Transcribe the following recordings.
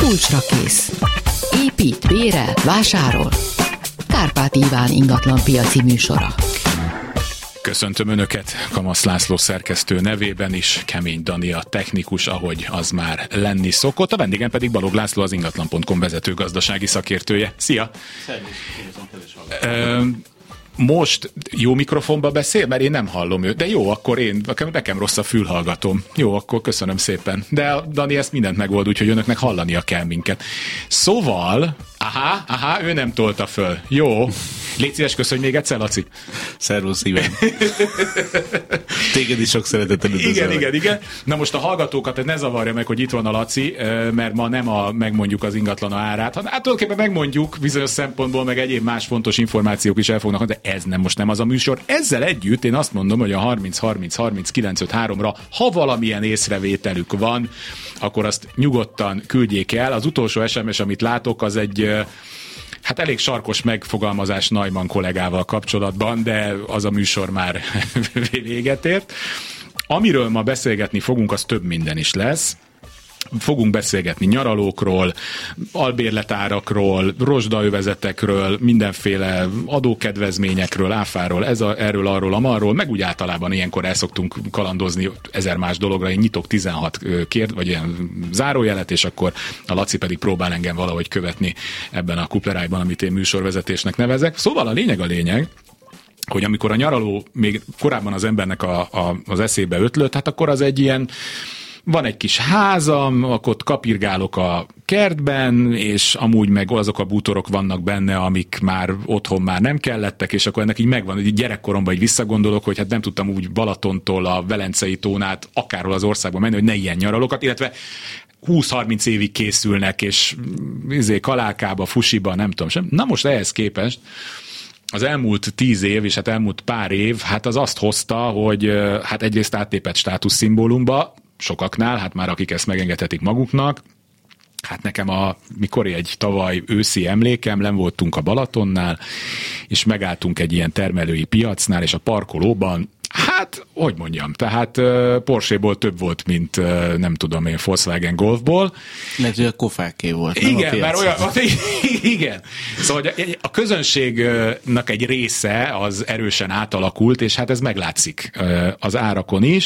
Kulcsra kész. Épít, bérel, vásárol. Kárpát Iván ingatlan piaci műsora. Köszöntöm Önöket Kamasz László szerkesztő nevében is, Kemény Dani a technikus, ahogy az már lenni szokott. A vendégem pedig Balogh László, az ingatlan.com vezető gazdasági szakértője. Szia! Most jó mikrofonba beszél, mert én nem hallom őt. De jó, akkor nekem rossz a fülhallgatom. Jó, akkor köszönöm szépen. De Dani ezt mindent megold, úgyhogy önöknek hallania kell minket. Szóval, ő nem tolta föl. Jó. Légy szíves, köszönj még egyszer, Laci. Szervusz, Iván. Téged is sok szeretettel üdvözöllek. Igen. Na most a hallgatókat ne zavarja meg, hogy itt van a Laci, mert ma nem megmondjuk az ingatlan árát, hanem tulajdonképpen megmondjuk bizonyos szempontból, meg egyéb más fontos információk is el fognak, de ez nem az a műsor. Ezzel együtt én azt mondom, hogy a 30-30-30-953-ra, ha valamilyen észrevételük van, akkor azt nyugodtan küldjék el. Az utolsó SMS, amit látok, az egy elég sarkos megfogalmazás Neumann kollégával kapcsolatban, de az a műsor már véget ért. Amiről ma beszélgetni fogunk, az több minden is lesz. Fogunk beszélgetni nyaralókról, albérletárakról, rozsdaövezetekről, mindenféle adókedvezményekről, áfáról, erről, arról, amarról, meg úgy általában ilyenkor el szoktunk kalandozni 1000 más dologra. Én nyitok 16 vagy ilyen zárójelet, és akkor a Laci pedig próbál engem valahogy követni ebben a kuplerájban, amit én műsorvezetésnek nevezek. Szóval a lényeg, hogy amikor a nyaraló még korábban az embernek az eszébe ötlött, hát akkor az egy ilyen, van egy kis házam, akkor ott kapirgálok a kertben, és amúgy meg azok a bútorok vannak benne, amik már otthon már nem kellettek, és akkor ennek így megvan, hogy gyerekkoromban így visszagondolok, hogy hát nem tudtam úgy Balatontól a Velencei tón át akárhol az országban menni, hogy ne ilyen nyaralókat, illetve 20-30 évig készülnek, és Kalálkába, Fusiba, nem tudom sem. Na most ehhez képest az elmúlt 10 év, és elmúlt pár év, az azt hozta, hogy egyrészt áttépett státuszszimbólumba, sokaknál, már akik ezt megengedhetik maguknak. Nekem mikor egy tavaly őszi emlékem, nem voltunk a Balatonnál, és megálltunk egy ilyen termelői piacnál, és a parkolóban, hogy mondjam, tehát Porsche-ból több volt, mint nem tudom én, Volkswagen Golfból. Lehet, hogy a kofáké volt. Igen, mert olyan, igen. Szóval a közönségnek egy része az erősen átalakult, és ez meglátszik az árakon is.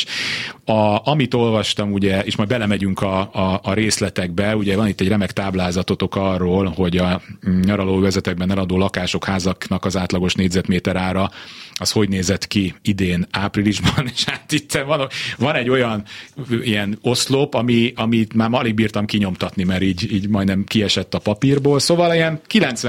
Amit olvastam, ugye, és majd belemegyünk a részletekbe, ugye van itt egy remek táblázatotok arról, hogy a nyaralóvezetekben eladó lakások, házaknak az átlagos négyzetméter ára, az hogy nézett ki idén áprilisban, és itt van egy olyan ilyen oszlop, amit már alig bírtam kinyomtatni, mert így majdnem kiesett a papírból. Szóval ilyen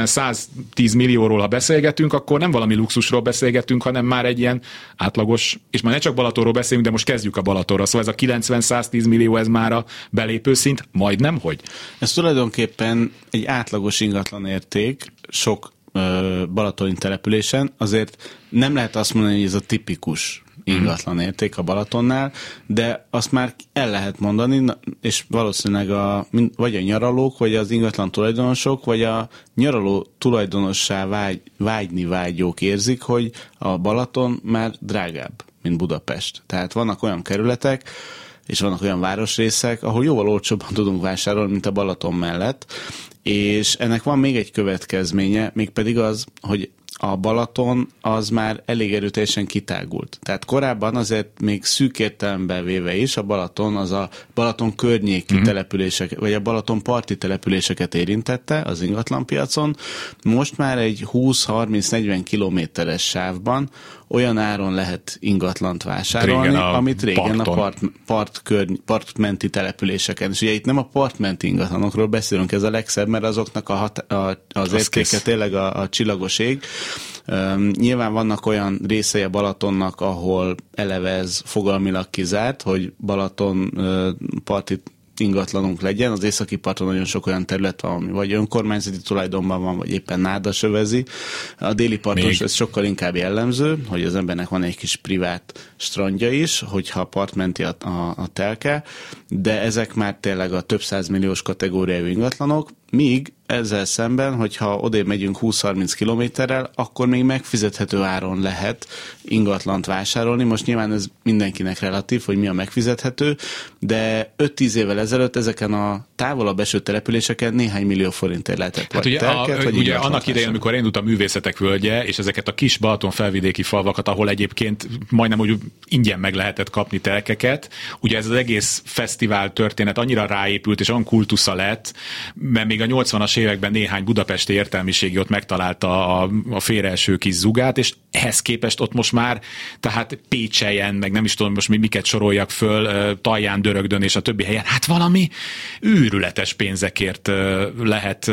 90-110 millióról, ha beszélgetünk, akkor nem valami luxusról beszélgetünk, hanem már egy ilyen átlagos, és már ne csak Balatonról beszélünk, de most kezdjük a Balatonra. Szóval ez a 90-110 millió, ez már a belépőszint, majdnem, hogy? Ez tulajdonképpen egy átlagos ingatlan érték, sok balatoni településen, azért nem lehet azt mondani, hogy ez a tipikus ingatlan érték a Balatonnál, de azt már el lehet mondani, és valószínűleg vagy a nyaralók, vagy az ingatlan tulajdonosok, vagy a nyaraló tulajdonossá vágyni vágyók érzik, hogy a Balaton már drágább, mint Budapest. Tehát vannak olyan kerületek, és vannak olyan városrészek, ahol jóval olcsóbban tudunk vásárolni, mint a Balaton mellett, és ennek van még egy következménye, mégpedig az, hogy a Balaton az már elég erőteljesen kitágult. Tehát korábban azért még szűk értelemben véve is a Balaton az a Balaton környéki települések, vagy a Balaton parti településeket érintette az ingatlanpiacon. Most már egy 20-30-40 kilométeres sávban olyan áron lehet ingatlant vásárolni, amit régen a partmenti településeken. És ugye itt nem a partmenti ingatlanokról beszélünk, ez a legszebb, mert azoknak az értéke tényleg a csillagos ég. Nyilván vannak olyan részei a Balatonnak, ahol eleve ez fogalmilag kizárt, hogy Balaton parti ingatlanunk legyen. Az északi parton nagyon sok olyan terület van, ami vagy önkormányzati tulajdonban van, vagy éppen nádasövezi. A déli parton ez sokkal inkább jellemző, hogy az embernek van egy kis privát strandja is, hogyha partmenti a telke, de ezek már tényleg a több százmilliós kategóriájú ingatlanok, Míg ezzel szemben, hogyha odébb megyünk 20-30 kilométerrel, akkor még megfizethető áron lehet ingatlant vásárolni. Most nyilván ez mindenkinek relatív, hogy mi a megfizethető, de 5-10 évvel ezelőtt ezeken a távolabb eső településeken néhány millió forintért lehetett hát ugye, ugye annak idején, amikor elindult a Művészetek Völgye, és ezeket a kis Balaton felvidéki falvakat, ahol egyébként majdnem úgy ingyen meg lehetett kapni telkeket, ugye ez az egész fesztivál történet annyira ráépült, és olyan kultusza lett, mert még a 80-as években néhány budapesti értelmiségi ott megtalálta a félreeső kis zugát, és ehhez képest ott most már, tehát Pécselyen, meg nem is tudom most miket soroljak föl, Taján, Dörögdön és a többi helyen, hát valami őrületes pénzekért lehet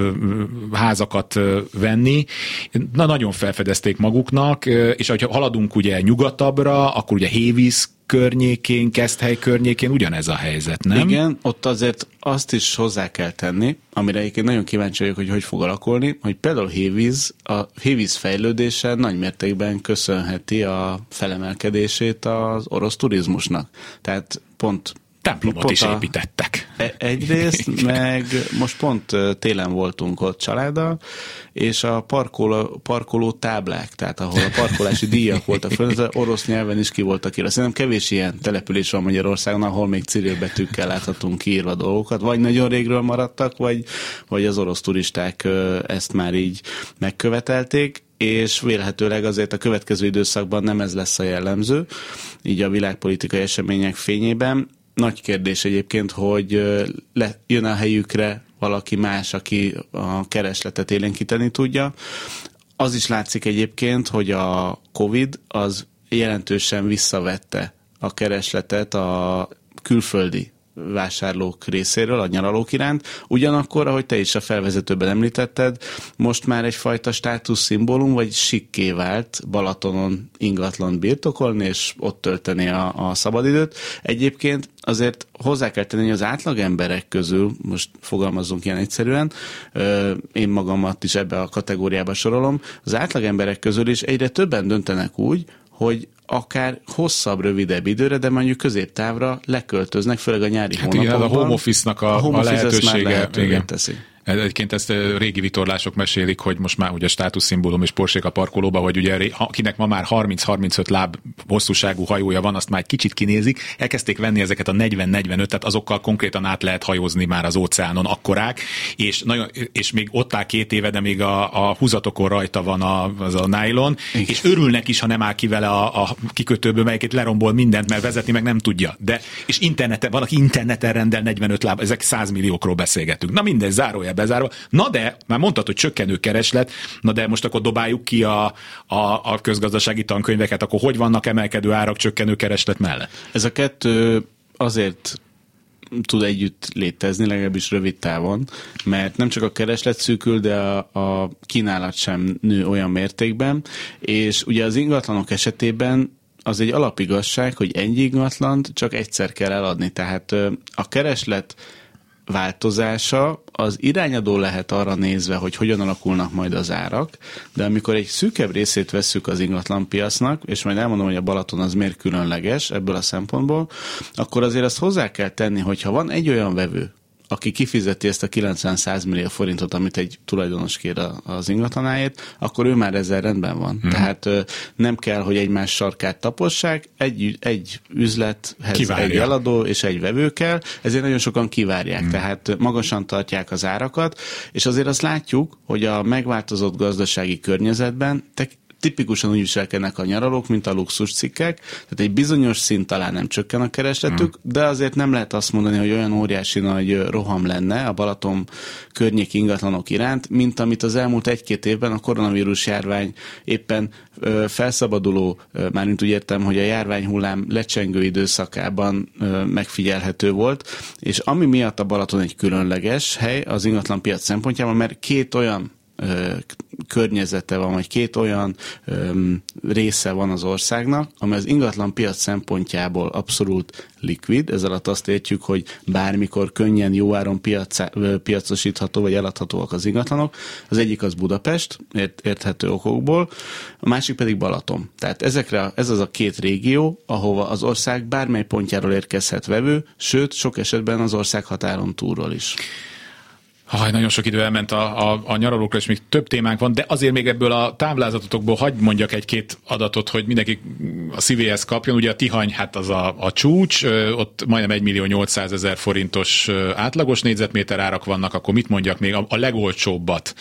házakat venni. Na, nagyon felfedezték maguknak, és ha haladunk ugye nyugatabbra, akkor ugye Hévíz környékén, Keszthely környékén ugyanez a helyzet, nem? Igen, ott azért azt is hozzá kell tenni, amire egyébként nagyon kíváncsi vagyok, hogy fog alakulni, hogy például a Hévíz fejlődése nagymértékben köszönheti a felemelkedését az orosz turizmusnak. Tehát templomot is építettek. Egyrészt, meg most pont télen voltunk ott családdal, és a parkoló táblák, tehát ahol a parkolási díjak voltak föl, orosz nyelven is ki voltak írva. Szerintem kevés ilyen település van Magyarországon, ahol még cirilbetűkkel láthatunk kiírva dolgokat, vagy nagyon régről maradtak, vagy az orosz turisták ezt már így megkövetelték, és vélhetőleg azért a következő időszakban nem ez lesz a jellemző, így a világpolitikai események fényében. Nagy kérdés egyébként, hogy jön a helyükre valaki más, aki a keresletet élénkíteni tudja. Az is látszik egyébként, hogy a Covid az jelentősen visszavette a keresletet a külföldi vásárlók részéről, a nyaralók iránt. Ugyanakkor, ahogy te is a felvezetőben említetted, most már egyfajta státuszszimbólum, vagy sikké vált Balatonon ingatlan birtokolni, és ott tölteni a szabadidőt. Egyébként azért hozzá kell tenni, hogy az átlag emberek közül, most fogalmazzunk ilyen egyszerűen, én magamat is ebbe a kategóriába sorolom, az átlag emberek közül is egyre többen döntenek úgy, hogy akár hosszabb, rövidebb időre, de mondjuk középtávra leköltöznek, főleg a nyári hónapokban. Igen, a home office-nak a lehetősége teszi. Egyébként ezt régi vitorlások mesélik, hogy most már ugye státuszszimbólum és porsék a parkolóba, hogy ugye akinek ma már 30-35 láb hosszúságú hajója van, azt már egy kicsit kinézik. Elkezdték venni ezeket a 40-45, tehát azokkal konkrétan át lehet hajózni már az óceánon, akkorák, és még ott áll 2 éve, de még a húzatokon rajta van az a nylon, és örülnek is, ha nem áll ki vele a kikötőből, melyiket lerombol mindent, mert vezetni meg nem tudja. És valaki interneten rendel 45 láb, ezek 100 milliókról beszélgetünk. Na mindegy, zárójel bezárva. Na de, már mondtad, hogy csökkenő kereslet, na de most akkor dobáljuk ki a közgazdasági tankönyveket, akkor hogy vannak emelkedő árak csökkenő kereslet mellett? Ez a kettő azért tud együtt létezni, legalábbis rövid távon, mert nem csak a kereslet szűkül, de a kínálat sem nő olyan mértékben, és ugye az ingatlanok esetében az egy alapigazság, hogy egy ingatlant csak egyszer kell eladni, tehát a kereslet változása az irányadó lehet arra nézve, hogy hogyan alakulnak majd az árak, de amikor egy szűkebb részét vesszük az ingatlanpiacnak, és majd elmondom, hogy a Balaton az miért különleges ebből a szempontból, akkor azért azt hozzá kell tenni, hogyha van egy olyan vevő, aki kifizeti ezt a 90-100 millió forintot, amit egy tulajdonos kér az ingatlanáért, akkor ő már ezzel rendben van. Tehát nem kell, hogy egymás sarkát tapossák, egy üzlethez kivárja. Egy eladó és egy vevő kell, ezért nagyon sokan kivárják, tehát magasan tartják az árakat, és azért azt látjuk, hogy a megváltozott gazdasági környezetben tipikusan úgy viselkednek a nyaralók, mint a luxuscikkek, tehát egy bizonyos szint talán nem csökken a keresletük, de azért nem lehet azt mondani, hogy olyan óriási nagy roham lenne a Balaton környéki ingatlanok iránt, mint amit az elmúlt 1-2 évben a koronavírus járvány éppen felszabaduló, mármint úgy értem, hogy a járványhullám lecsengő időszakában megfigyelhető volt, és ami miatt a Balaton egy különleges hely az ingatlanpiac szempontjában, mert 2 olyan környezete van, vagy 2 olyan része van az országnak, ami az ingatlan piac szempontjából abszolút likvid, ez alatt azt értjük, hogy bármikor könnyen jó áron piacosítható, vagy eladhatóak az ingatlanok. Az egyik az Budapest, érthető okokból, a másik pedig Balaton. Tehát ez az a 2 régió, ahova az ország bármely pontjáról érkezhet vevő, sőt, sok esetben az ország határon túlról is. Nagyon sok idő elment a nyaralókra, és még több témánk van, de azért még ebből a táblázatotokból hadd mondjak egy-két adatot, hogy mindenki a szívéhez kapjon. Ugye a Tihany, hát az a csúcs, ott majdnem 1.800.000 forintos átlagos négyzetméter árak vannak, akkor mit mondjak még? A legolcsóbbat.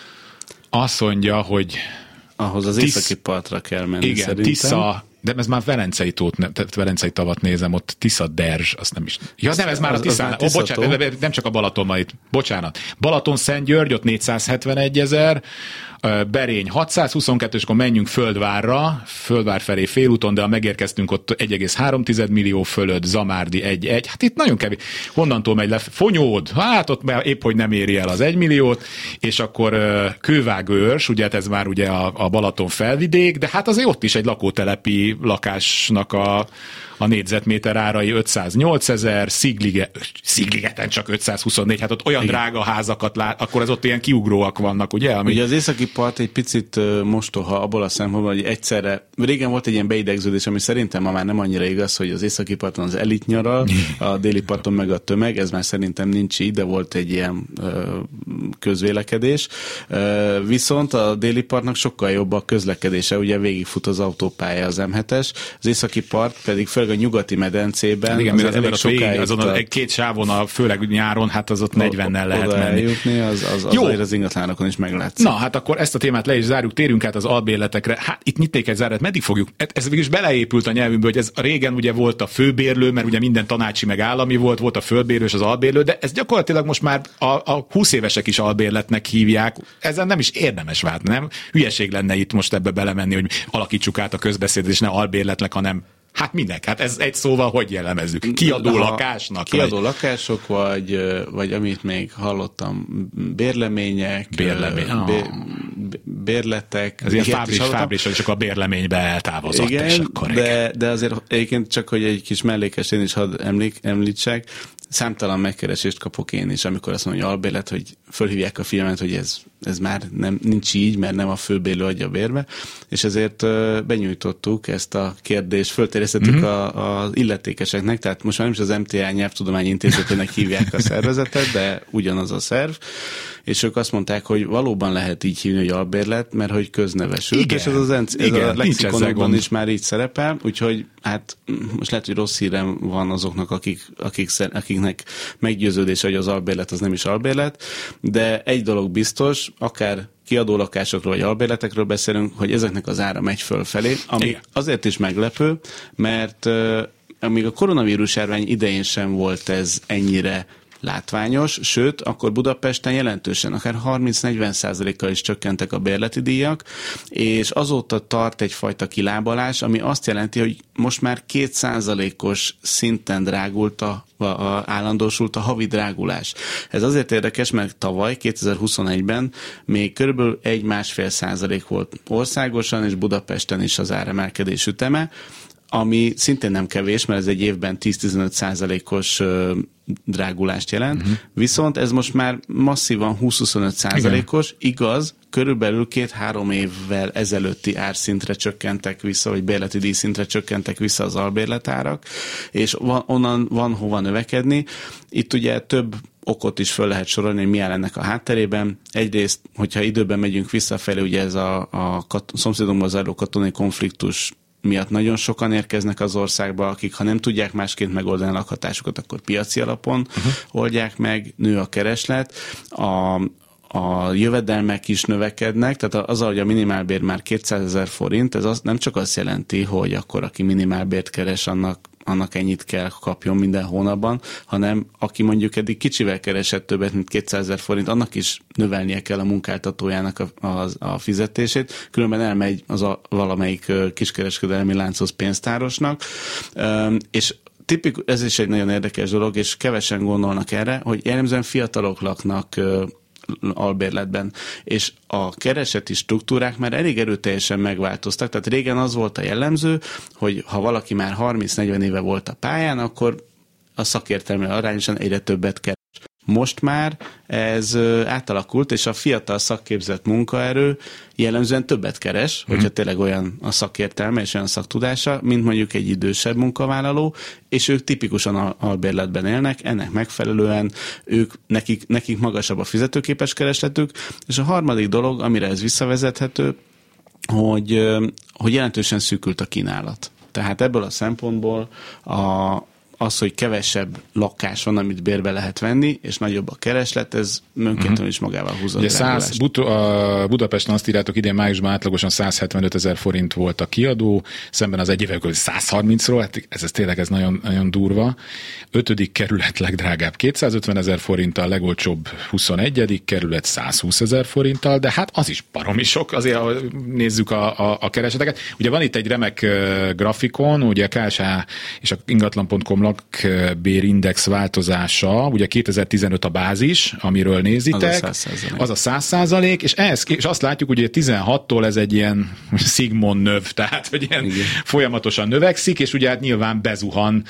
Azt mondja, hogy... Ahhoz az északi partra kell menni, igen, szerintem. Tisza, de ez már Velencei tavat nézem, ott Tisza-Derzs, azt nem is... Ja, nem, ez már a Tiszán. Bocsánat, nem csak a Balatonban itt. Bocsánat. Balaton-Szentgyörgy, ott 471.000, Berény 622, és akkor menjünk Földvárra, Földvár felé félúton, de ha megérkeztünk ott 1,3 millió fölött, Zamárdi 1,1, hát itt nagyon kevés. Honnantól megy le? Fonyód, hát ott már épp, hogy nem éri el az 1 milliót, és akkor Kővágőrs, ugye ez már ugye a Balaton felvidék, de hát azért ott is egy lakótelepi lakásnak a négyzetméter árai 508.000, Szigligeten csak 524, hát ott olyan drága házakat lát, akkor az ott ilyen kiugróak vannak, ugye? Ugye az északi part egy picit mostoha abból a szempontból, hogy egyszerre, régen volt egy ilyen beidegződés, ami szerintem ma már nem annyira igaz, hogy az északi parton az elit nyaral, a déli parton meg a tömeg, ez már szerintem nincs így, de volt egy ilyen közvélekedés. Viszont a déli partnak sokkal jobb a közlekedése, ugye végigfut az autópálya, az M7-es, az északi part pedig főleg a nyugati medencében. Igen, az elég sokáig. Azon két sávon, főleg nyáron, hát az ott 40-nel lehet menni. Eljutni, az ingatlanokon is meglátszik. Na, hát akkor ezt a témát le is zárjuk, térjünk át az albérletekre. Hát itt nyitték egy zárat, meddig fogjuk? Ez végül is beleépült a nyelvünkbe, hogy ez régen ugye volt a főbérlő, mert ugye minden tanácsi meg állami volt a fölbérlő és az albérlő, de ez gyakorlatilag most már a 20 évesek is albérletnek hívják. Ezen nem is érdemes váltani, nem? Hülyeség lenne itt most ebbe belemenni, hogy alakítsuk át a közbeszédet, és ne albérletnek, hanem hát minek? Hát ez egy szóval hogy jellemezzük? Kiadó lakásnak? Kiadó lakások, vagy amit még hallottam, bérlemények, bérletek. Ez ilyen fábris, hogy csak a bérleménybe eltávozott. Igen, és akkor de azért egyébként csak, hogy egy kis mellékes én is hadd említsek, számtalan megkeresést kapok én is, amikor azt mondom, hogy albérlet, hogy fölhívják a figyelmet, hogy ez már nincs így, mert nem a főbérlő adja bérbe, és ezért benyújtottuk ezt a kérdést, fölterjesztettük az illetékeseknek, tehát most már nem is az MTA Nyelvtudományi Intézetének hívják a szervezetet, de ugyanaz a szerv, és ők azt mondták, hogy valóban lehet így hívni, hogy albérlet, mert hogy köznevesült, igen, és ez a lexikonokban is már így szerepel, úgyhogy hát most lehet, hogy rossz hírem van azoknak, akiknek meggyőződése, hogy az albérlet az nem is albérlet, de egy dolog biztos, akár kiadó lakásokról vagy albérletekről beszélünk, hogy ezeknek az ára megy fölfelé, ami igen, azért is meglepő, mert amíg a koronavírus járvány idején sem volt ez ennyire látványos, sőt, akkor Budapesten jelentősen, akár 30-40%-kal is csökkentek a bérleti díjak, és azóta tart egyfajta kilábalás, ami azt jelenti, hogy most már 2%-os szinten drágult állandósult a havi drágulás. Ez azért érdekes, mert tavaly, 2021-ben még körülbelül 1-1,5% volt országosan, és Budapesten is az áremelkedés üteme, ami szintén nem kevés, mert ez egy évben 10-15%-os drágulást jelent, viszont ez most már masszívan 20-25%-os, igaz, körülbelül 2-3 évvel ezelőtti árszintre csökkentek vissza, vagy bérleti díjszintre csökkentek vissza az albérletárak, és onnan van hova növekedni. Itt ugye több okot is föl lehet sorolni, hogy mi áll ennek a hátterében. Egyrészt, hogyha időben megyünk visszafelé, ugye ez a szomszédunkban zajló katonai konfliktus miatt nagyon sokan érkeznek az országba, akik ha nem tudják másként megoldani a lakhatásukat, akkor piaci alapon oldják meg, nő a kereslet, a jövedelmek is növekednek, tehát az, hogy a minimálbér már 200.000 forint, ez nem csak azt jelenti, hogy akkor aki minimálbért keres, annak ennyit kell kapjon minden hónapban, hanem aki mondjuk eddig kicsivel keresett többet, mint 200.000 forint, annak is növelnie kell a munkáltatójának a fizetését, különben elmegy valamelyik kiskereskedelmi lánchoz pénztárosnak, és ez is egy nagyon érdekes dolog, és kevesen gondolnak erre, hogy jellemzően fiatalok laknak albérletben, és a kereseti struktúrák már elég erőteljesen megváltoztak, tehát régen az volt a jellemző, hogy ha valaki már 30-40 éve volt a pályán, akkor a szakértelmű arányosan egyre többet keres. Most már ez átalakult, és a fiatal szakképzett munkaerő jellemzően többet keres, hogyha tényleg olyan a szakértelme és olyan szaktudása, mint mondjuk egy idősebb munkavállaló, és ők tipikusan albérletben élnek, ennek megfelelően nekik magasabb a fizetőképes keresletük, és a harmadik dolog, amire ez visszavezethető, hogy jelentősen szűkült a kínálat. Tehát ebből a szempontból az, hogy kevesebb lakás van, amit bérbe lehet venni, és nagyobb a kereslet, ez önkéntelen is magával húzza a drágulást. Budapesten azt írjátok, idén májusban átlagosan 175 000 forint volt a kiadó, szemben az egy évvel 130-ról, hát ez tényleg ez nagyon, nagyon durva. 5. kerület legdrágább 250 000 forinttal, legolcsóbb 21. kerület 120 000 forinttal, de hát az is baromi sok, azért nézzük a kereseteket. Ugye van itt egy remek grafikon, ugye a KSH és a ingatlan.com lakbérindex változása, ugye 2015 a bázis, amiről nézitek, az a 100%, és azt látjuk, hogy 16-tól ez egy ilyen Sigmund növ, tehát hogy ilyen igen, folyamatosan növekszik, és ugye hát nyilván bezuhan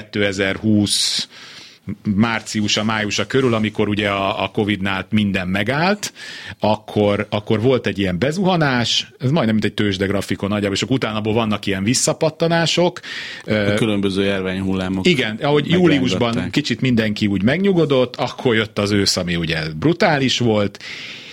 2020 márciusa-májusa körül, amikor ugye a Covid-nál minden megállt, akkor volt egy ilyen bezuhanás, ez majdnem mint egy tőzsdegrafikon nagyjából, és utána vannak ilyen visszapattanások. A különböző járványhullámok. Igen, ahogy júliusban kicsit mindenki úgy megnyugodott, akkor jött az ősz, ami ugye brutális volt,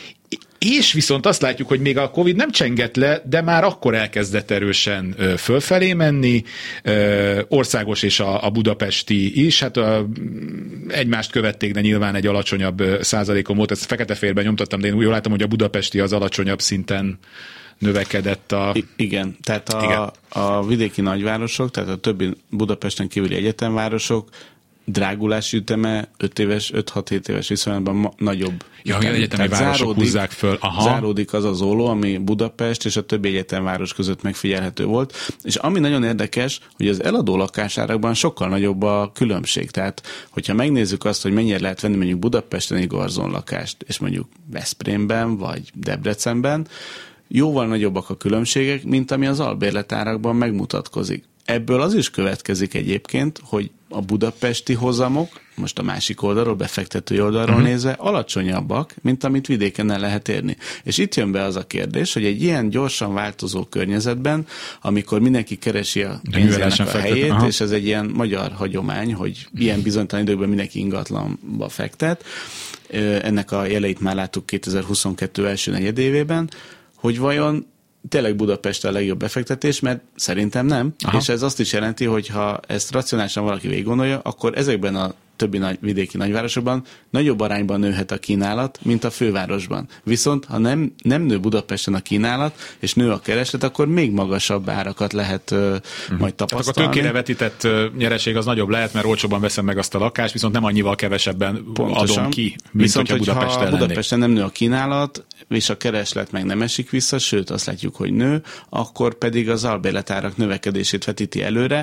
és viszont azt látjuk, hogy még a Covid nem csengett le, de már akkor elkezdett erősen fölfelé menni, országos és a budapesti is, hát egymást követték, de nyilván egy alacsonyabb százalékon volt, ezt fekete-fehérben nyomtattam, de én úgy jól látom, hogy a budapesti az alacsonyabb szinten növekedett Igen, tehát a vidéki nagyvárosok, tehát a többi Budapesten kívüli egyetemvárosok drágulási üteme 5-6-7 éves viszonylatban nagyobb. Ja, hogy egyetemi városok húzzák föl. Aha. Záródik az az olló, ami Budapest és a többi egyetemváros között megfigyelhető volt. És ami nagyon érdekes, hogy az eladó lakásárakban sokkal nagyobb a különbség. Tehát, hogyha megnézzük azt, hogy mennyire lehet venni mondjuk Budapesten egy garzonlakást, és mondjuk Veszprémben vagy Debrecenben, jóval nagyobbak a különbségek, mint ami az albérletárakban megmutatkozik. Ebből az is következik egyébként, hogy a budapesti hozamok, most a másik oldalról, befektetői oldalról nézve, alacsonyabbak, mint amit vidéken el lehet érni. És itt jön be az a kérdés, hogy egy ilyen gyorsan változó környezetben, amikor mindenki keresi a pénzének a helyét, és ez egy ilyen magyar hagyomány, hogy ilyen bizonytalan időkben mindenki ingatlanba fektet, ennek a jeleit már láttuk 2022 első negyedévében, hogy vajon tényleg Budapest a legjobb befektetés, mert szerintem nem. Aha. És ez azt is jelenti, hogy ha ezt racionálisan valaki végig gondolja, akkor ezekben a többi vidéki nagyvárosokban nagyobb arányban nőhet a kínálat, mint a fővárosban. Viszont ha nem nő Budapesten a kínálat, és nő a kereslet, akkor még magasabb árakat lehet majd tapasztalni. Tehát a tőkére vetített nyereség az nagyobb lehet, mert olcsóban veszem meg azt a lakást, viszont nem annyival kevesebben adom ki, mint viszont, hogyha Budapesten nem nő a kínálat, és a kereslet meg nem esik vissza, sőt azt látjuk, hogy nő, akkor pedig az albérletárak növekedését vetíti előre,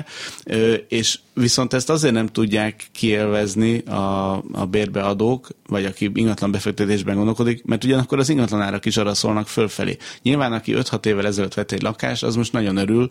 és viszont ezt azért nem tudják kielvezni a bérbeadók, vagy aki ingatlan befektetésben gondolkodik, mert ugyanakkor az ingatlanárak is arra szólnak fölfelé. Nyilván, aki 5-6 évvel ezelőtt vett egy lakást, az most nagyon örül,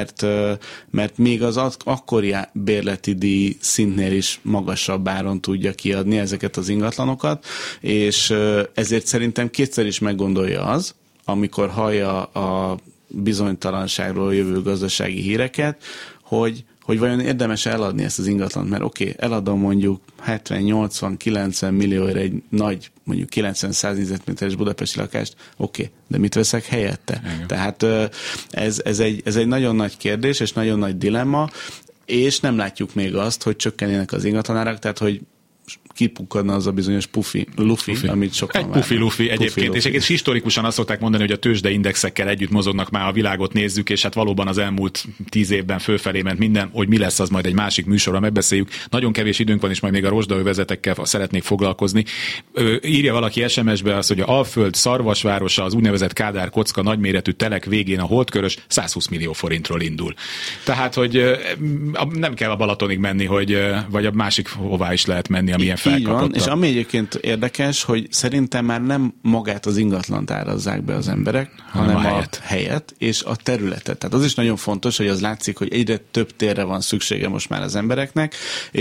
mert még az akkori bérleti díj szintnél is magasabb áron tudja kiadni ezeket az ingatlanokat, és ezért szerintem kétszer is meggondolja az, amikor hallja a bizonytalanságról jövő gazdasági híreket, hogy vajon érdemes eladni ezt az ingatlant, mert eladom mondjuk 70-80-90 millióra egy nagy, mondjuk 90-100 négyzetméteres budapesti lakást, de mit veszek helyette? Igen. Tehát ez egy nagyon nagy kérdés, és nagyon nagy dilemma, és nem látjuk még azt, hogy csökkenjenek az ingatlanárak, tehát hogy kipukkadna az a bizonyos lufi, amit sokan várnak. Egy lufi egyébként, és egyébként historikusan azt szokták mondani, hogy a tőzsdeindexekkel együtt mozognak, már a világot nézzük, és hát valóban az elmúlt 10 évben fölfelé ment minden, hogy mi lesz, az majd egy másik műsorra megbeszéljük. Nagyon kevés időnk van, és majd még a rozsdaövezetekkel szeretnék foglalkozni. Írja valaki SMS-be azt, hogy a Alföld szarvasvárosa, az úgynevezett Kádár kocka nagyméretű telek végén a Holdkörös 120 millió forintról indul. Tehát, hogy nem kell a Balatonig menni, vagy a másik hová is lehet menni, amilyen így van, és ami egyébként érdekes, hogy szerintem már nem magát az ingatlant árazzák be az emberek, hanem a helyet és a területet. Tehát az is nagyon fontos, hogy az látszik, hogy egyre több térre van szüksége most már az embereknek, és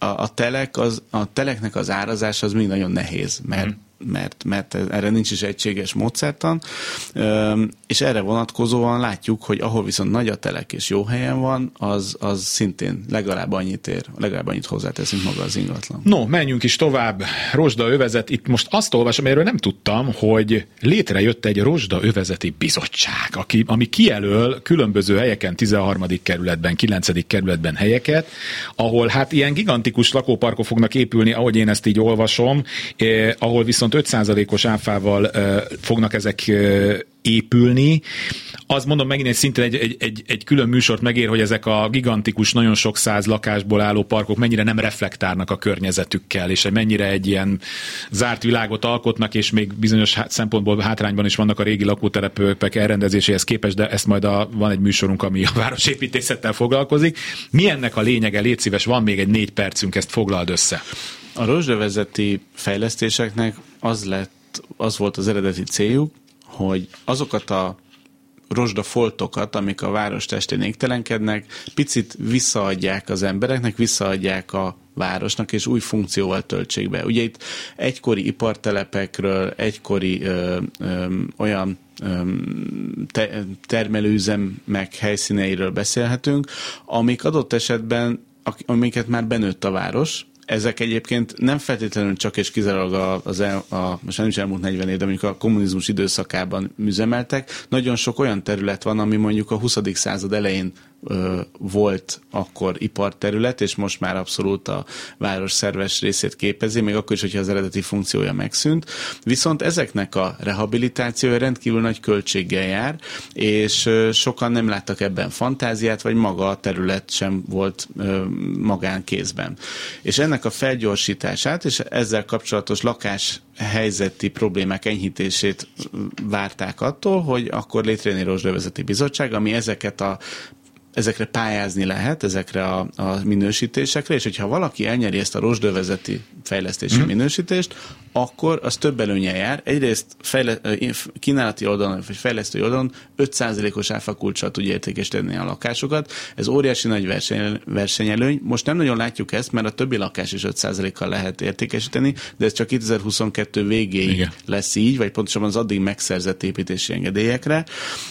a teleknek az árazása az még nagyon nehéz, mert erre nincs is egységes módszertan, és erre vonatkozóan látjuk, hogy ahol viszont nagy a telek és jó helyen van, az szintén legalább annyit hozzátesz, mint maga az ingatlan. No, menjünk is tovább. Rozsdaövezet. Itt most azt olvasom, erről nem tudtam, hogy létrejött egy rozsdaövezeti bizottság, ami kijelöl különböző helyeken, 13. kerületben, 9. kerületben helyeket, ahol hát ilyen gigantikus lakóparkok fognak épülni, ahogy én ezt így olvasom, ahol viszont 5%-os áfával fognak ezek épülni. Azt mondom megint, hogy szintén egy külön műsort megér, hogy ezek a gigantikus, nagyon sok száz lakásból álló parkok mennyire nem reflektálnak a környezetükkel, és mennyire egy ilyen zárt világot alkotnak, és még bizonyos szempontból hátrányban is vannak a régi lakótelepek elrendezéséhez képest, de ezt majd van egy műsorunk, ami a városépítészettel foglalkozik. Mi ennek a lényege? Légy szíves, van még egy 4 percünk, ezt foglald össze. A rozsdaövezeti fejlesztéseknek az volt az eredeti céljuk, hogy azokat a rozsdafoltokat, amik a város testén égtelenkednek, picit visszaadják az embereknek, visszaadják a városnak, és új funkcióval töltsék be. Ugye itt egykori ipartelepekről, egykori olyan termelőüzemek helyszíneiről beszélhetünk, amik adott esetben, amiket már benőtt a város. Ezek egyébként nem feltétlenül csak és kizárólag most nem is elmúlt 40 év, de mondjuk a kommunizmus időszakában üzemeltek. Nagyon sok olyan terület van, ami mondjuk a 20. század elején volt akkor iparterület, és most már abszolút a város szerves részét képezi, még akkor is, hogyha az eredeti funkciója megszűnt. Viszont ezeknek a rehabilitációja rendkívül nagy költséggel jár, és sokan nem láttak ebben fantáziát, vagy maga a terület sem volt magánkézben. És ennek a felgyorsítását, és ezzel kapcsolatos lakáshelyzeti problémák enyhítését várták attól, hogy akkor létrejön egy rozsdaövezeti bizottság, ami ezekre pályázni lehet, ezekre a minősítésekre, és hogyha valaki elnyeri ezt a rozsdaövezeti fejlesztési minősítést, akkor az több előnye jár. Egyrészt kínálati oldalon, vagy fejlesztői oldalon 5%-os áfakulccsal tudja értékesíteni a lakásokat. Ez óriási nagy versenyelőny. Most nem nagyon látjuk ezt, mert a többi lakás is 5%-kal lehet értékesíteni, de ez csak 2022 végéig lesz így, vagy pontosabban az addig megszerzett építési engedélyekre.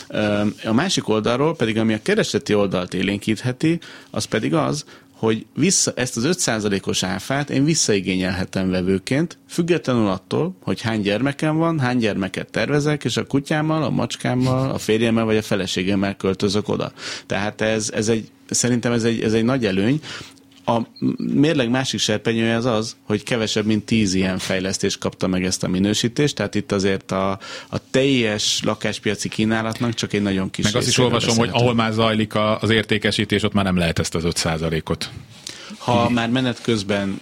A másik oldalról pedig, ami a keresleti oldalt élénkítheti, az pedig az, hogy ezt az 5%-os áfát én visszaigényelhetem vevőként, függetlenül attól, hogy hány gyermekem van, hány gyermeket tervezek, és a kutyámmal, a macskámmal, a férjemmel vagy a feleségemmel költözök oda. Tehát szerintem ez egy nagy előny. A mérleg másik serpenyője az, hogy kevesebb, mint 10 ilyen fejlesztés kapta meg ezt a minősítést, tehát itt azért a teljes lakáspiaci kínálatnak csak egy nagyon kis. Meg azt is olvasom, hogy ahol már zajlik az értékesítés, ott már nem lehet ezt az 5%-ot. Ha már menet közben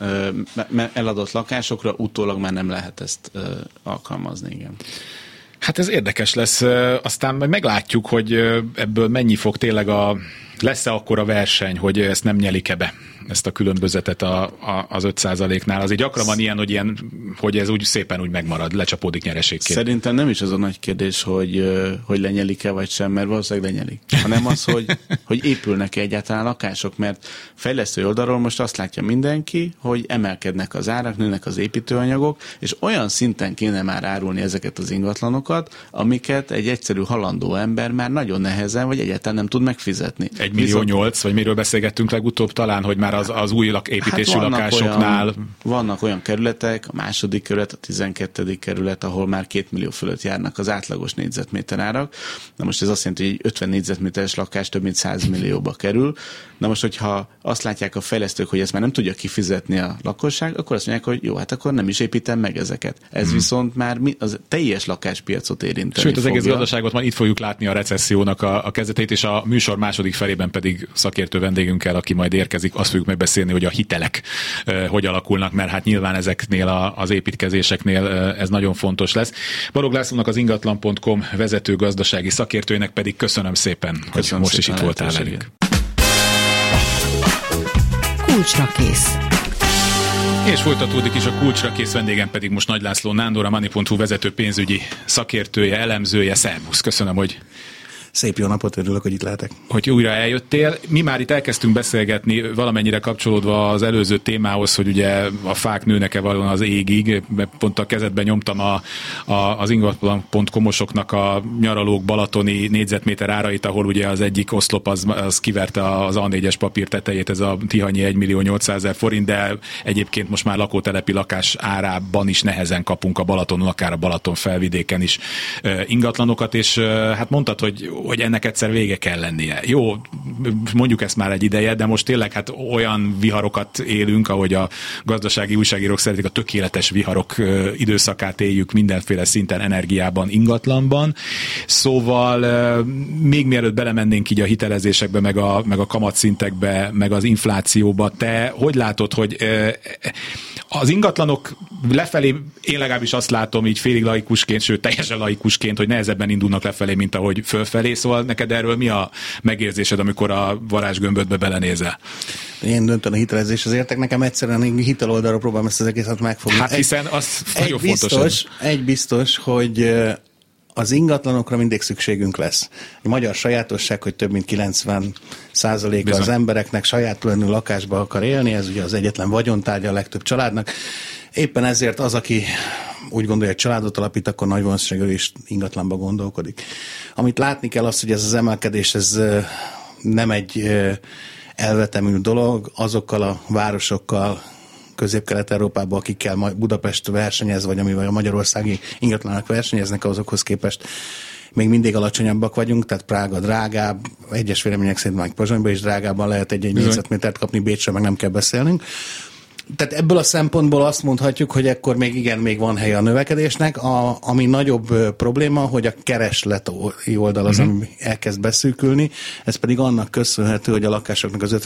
eladott lakásokra, utólag már nem lehet ezt alkalmazni, igen. Hát ez érdekes lesz, aztán majd meglátjuk, hogy ebből mennyi fog tényleg lesz-e akkora verseny, hogy ezt nem nyelik-e be, ezt a különbözetet az 5%-nál. Azért gyakran van ilyen, hogy ez úgy szépen úgy megmarad, lecsapódik nyereségként. Szerintem nem is az a nagy kérdés, hogy lenyelik-e vagy sem, mert valószínűleg lenyelik. Hanem az, hogy épülnek-e egyáltalán lakások, mert fejlesztő oldalról most azt látja mindenki, hogy emelkednek az árak, nőnek az építőanyagok, és olyan szinten kéne már árulni ezeket az ingatlanokat, amiket egy egyszerű halandó ember már nagyon nehezen, vagy egyáltalán nem tud megfizetni. 1,8 millió, vagy miről beszélgettünk legutóbb talán, hogy már az új építésű lakásoknál. Vannak olyan kerületek, a második kerület, a 12. kerület, ahol már 2 millió fölött járnak az átlagos négyzetméter árak. Na most ez azt jelenti, hogy egy 50 négyzetméteres lakás több mint 100 millióba kerül. Na most, hogyha azt látják a fejlesztők, hogy ezt már nem tudja kifizetni a lakosság, akkor azt mondják, hogy jó, hát akkor nem is építem meg ezeket. Ez viszont már az teljes lakáspiacot érinteni. Sőt, az egész gazdaságot már itt fogjuk látni a recessziónak a kezdetét, és a műsor második felében pedig szakértő vendégünkkel, aki majd érkezik, azt fogjuk megbeszélni, hogy a hitelek hogy alakulnak, mert hát nyilván ezeknél az építkezéseknél ez nagyon fontos lesz. Balogh Lászlónak, az ingatlan.com vezető gazdasági szakértőjének pedig köszönöm szépen, hogy most is itt voltál velünk. Kulcsra kész. És folytatódik is a kulcsra kész, vendégem pedig most Nagy László Nándor, a Money.hu vezető pénzügyi szakértője, elemzője. Szervusz, köszönöm, hogy Szép jó napot, örülök, hogy itt lehetek. Hogy újra eljöttél. Mi már itt elkezdtünk beszélgetni, valamennyire kapcsolódva az előző témához, hogy ugye a fák nőnek-e valóan az égig. Pont a kezedben nyomtam az ingatlan.com-osoknak a nyaralók balatoni négyzetméter árait, ahol ugye az egyik oszlop az kiverte az A4-es papír tetejét, ez a tihanyi 1.800.000 forint, de egyébként most már lakótelepi lakás árában is nehezen kapunk a Balatonon, akár a Balaton felvidéken is ingatlanokat, és hát mondtad, hogy ennek egyszer vége kell lennie. Jó, mondjuk ezt már egy ideje, de most tényleg hát olyan viharokat élünk, ahogy a gazdasági újságírók szeretik, a tökéletes viharok időszakát éljük mindenféle szinten, energiában, ingatlanban. Szóval még mielőtt belemennénk így a hitelezésekbe, meg a kamatszintekbe, meg az inflációba, te hogy látod, hogy az ingatlanok lefelé, én legalábbis azt látom így félig laikusként, sőt teljesen laikusként, hogy nehezebben indulnak lefelé, mint ahogy fölfelé, szóval neked erről mi a megérzésed, amikor a varázsgömbödbe belenézel? Én döntöm a hitelezéshez értek, nekem egyszerűen hitel oldalról próbálom ezt az egészet megfogni. Hát hiszen az nagyon fontos. Egy biztos, hogy az ingatlanokra mindig szükségünk lesz. A magyar sajátosság, hogy több mint 90%-a az embereknek saját tulajdonú lakásba akar élni, ez ugye az egyetlen vagyontárgya a legtöbb családnak. Éppen ezért az, aki úgy gondolja, hogy családot alapít, akkor nagy valószínűséggel is ingatlanba gondolkodik. Amit látni kell az, hogy ez az emelkedés, ez nem egy elvetemű dolog, azokkal a városokkal, Közép-Kelet-Európában, akikkel majd Budapest versenyez, vagy amivel a magyarországi ingatlanok versenyeznek, azokhoz képest még mindig alacsonyabbak vagyunk, tehát Prága drágább, egyes vélemények szerint meg Pozsonyban is drágában lehet egy négyzetmétert kapni, Bécsről meg nem kell beszélnünk. Tehát ebből a szempontból azt mondhatjuk, hogy ekkor még van helye a növekedésnek. Ami nagyobb probléma, hogy a keresleti oldal az, ami elkezd beszűkülni, ez pedig annak köszönhető, hogy a lakásoknak az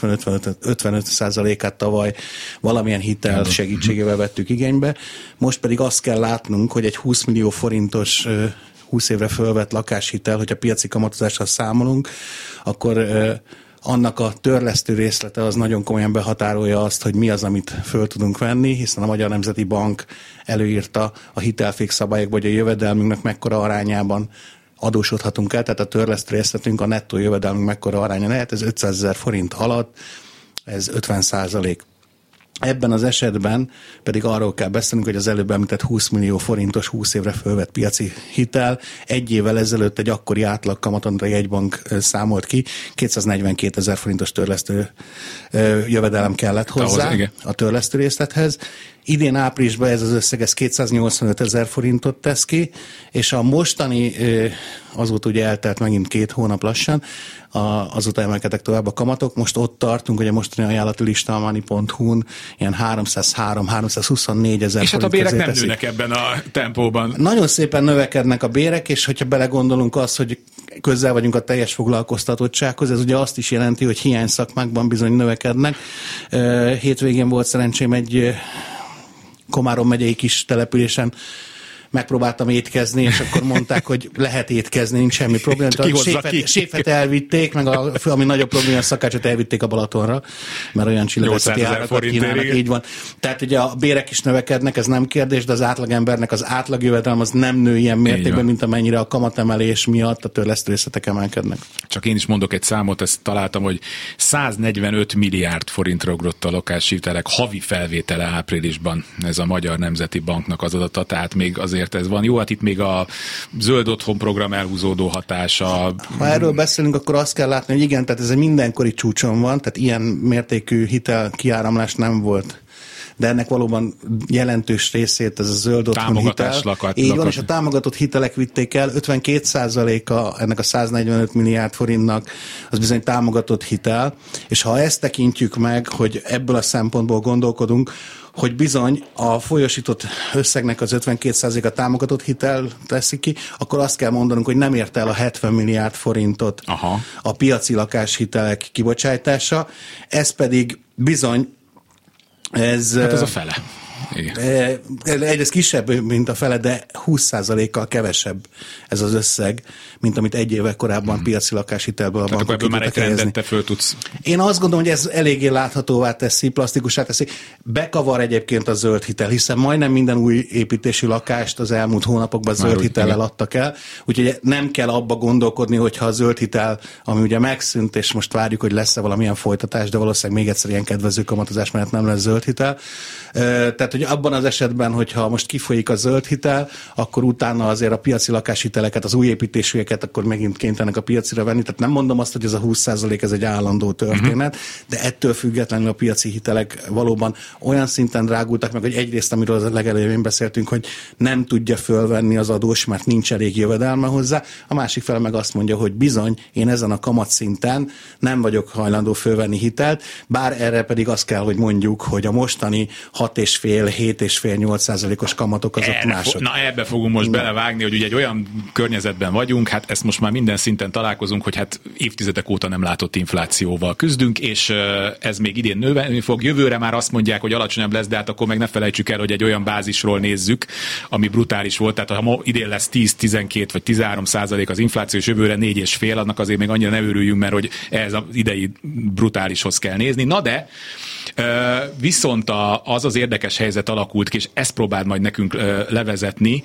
55%-át tavaly valamilyen hitel segítségével vettük igénybe. Most pedig azt kell látnunk, hogy egy 20 millió forintos 20 évre fölvett lakáshitel, hogyha piaci kamatozással számolunk, akkor annak a törlesztő részlete az nagyon komolyan behatárolja azt, hogy mi az, amit föl tudunk venni, hiszen a Magyar Nemzeti Bank előírta a hitelfék szabályokban, hogy a jövedelmünknek mekkora arányában adósodhatunk el, tehát a törlesztő részletünk, a nettó jövedelmünk mekkora aránya lehet, ez 500 000 forint alatt, ez 50%. Ebben az esetben pedig arról kell beszélnünk, hogy az előbb említett 20 millió forintos 20 évre fölvett piaci hitel egy évvel ezelőtt egy akkori átlag kamaton, a jegybank számolt ki, 242 000 forintos törlesztő jövedelem kellett hozzá a törlesztő részlethez. Idén áprilisban ez az összeg, ez 285 000 forintot tesz ki, és a mostani, azóta ugye eltelt megint 2 hónap lassan, azóta emelkedtek tovább a kamatok, most ott tartunk, hogy a mostani ajánlati lista a money.hu-n ilyen 303-324 000 és forint. És hát a bérek nem nőnek ebben a tempóban. Nagyon szépen növekednek a bérek, és hogyha belegondolunk azt, hogy közel vagyunk a teljes foglalkoztatottsághoz, ez ugye azt is jelenti, hogy hiány szakmákban bizony növekednek. Hétvégén volt szerencsém egy Komárom megyei kis településen megpróbáltam étkezni, és akkor mondták, hogy lehet étkezni, nincs semmi probléma. A séfet elvitték, meg ami nagyobb probléma, a szakácsot elvitték a Balatonra, mert olyan csillagászati árakat kínálnak, így van. Tehát ugye a bérek is növekednek, ez nem kérdés, de az átlagembernek az átlagjövedelem az nem nő ilyen mértékben, mint amennyire a kamatemelés miatt a törlesztő részletek emelkednek. Csak én is mondok egy számot, ezt találtam, hogy 145 milliárd forintra ugrott a lakáshitelek havi felvétele áprilisban. Ez a Magyar Nemzeti Banknak az adata, tehát még azért ez van. Jó, hát itt még a zöld otthon program elhúzódó hatása. Ha erről beszélünk, akkor azt kell látni, hogy igen, tehát ez egy mindenkori csúcson van, tehát ilyen mértékű hitel kiáramlás nem volt. De ennek valóban jelentős részét ez a zöld otthon hitel. Így van, és a támogatott hitelek vitték el, 52%-a ennek a 145 milliárd forintnak az bizony támogatott hitel, és ha ezt tekintjük meg, hogy ebből a szempontból gondolkodunk, hogy bizony a folyosított összegnek az 52%-a támogatott hitel teszik ki, akkor azt kell mondanunk, hogy nem ért el a 70 milliárd forintot a piaci lakáshitelek kibocsátása, ez pedig bizony hát ez a fele. Egyrészt kisebb, mint a fele, de 20%-kal kevesebb ez az összeg, mint amit egy évvel korábban piaci lakáshitelből a bankok ebből már egy trendet te föl tudsz. Én azt gondolom, hogy ez eléggé láthatóvá teszi, plastikussá teszi. Bekavar egyébként a zöld hitel, hiszen majdnem minden új építési lakást az elmúlt hónapokban zöld hitellel adtak el, úgyhogy nem kell abba gondolkodni, hogyha a zöld hitel, ami ugye megszűnt, és most várjuk, hogy lesz-e valamilyen folytatás, de valószínűleg még egyszer ilyen kedvező kamatozás mellett nem lesz zöld hitel. Tehát, hogy abban az esetben, hogyha most kifolyik a zöld hitel, akkor utána azért a piaci lakáshiteleket, az új építésűeket akkor megint kénytelenek a piacira venni. Tehát nem mondom azt, hogy ez a 20% ez egy állandó történet, de ettől függetlenül a piaci hitelek valóban olyan szinten drágultak meg, hogy egyrészt, amiről a legelején beszéltünk, hogy nem tudja fölvenni az adós, mert nincs elég jövedelme hozzá. A másik fel meg azt mondja, hogy bizony, én ezen a kamatszinten nem vagyok hajlandó fölvenni hitelt, bár erre pedig azt kell, hogy mondjuk, hogy a mostani 6,5-7,5-8%-os kamatok azok mások. Ebbe fogunk most belevágni, hogy ugye egy olyan környezetben vagyunk, hát ezt most már minden szinten találkozunk, hogy hát évtizedek óta nem látott inflációval küzdünk, és ez még idén növelni fog. Jövőre már azt mondják, hogy alacsonyabb lesz, de hát akkor meg ne felejtsük el, hogy egy olyan bázisról nézzük, ami brutális volt. Tehát ha idén lesz 10-12 vagy 13% az infláció, és jövőre 4,5, annak azért még annyira ne örüljünk, mert hogy ez az idei brutálishoz kell nézni. Na de viszont az érdekes helyzet alakult ki, és ezt próbáld majd nekünk levezetni,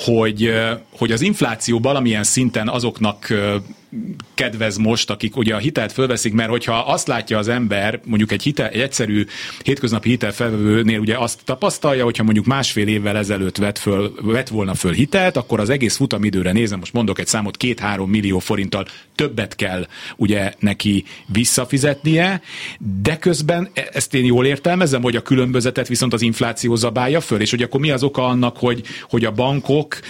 hogy az infláció valamilyen szinten azoknak kedvez most, akik ugye a hitelt fölveszik, mert hogyha azt látja az ember, mondjuk egy egyszerű hétköznapi hitelfelvevőnél ugye azt tapasztalja, hogyha mondjuk másfél évvel ezelőtt vett volna föl hitelt, akkor az egész futamidőre nézem, most mondok egy számot, 2-3 millió forinttal többet kell ugye neki visszafizetnie, de közben ezt én jól értelmezem, hogy a különbözetet viszont az infláció zabálja föl, és hogy akkor mi az oka annak, hogy a bankok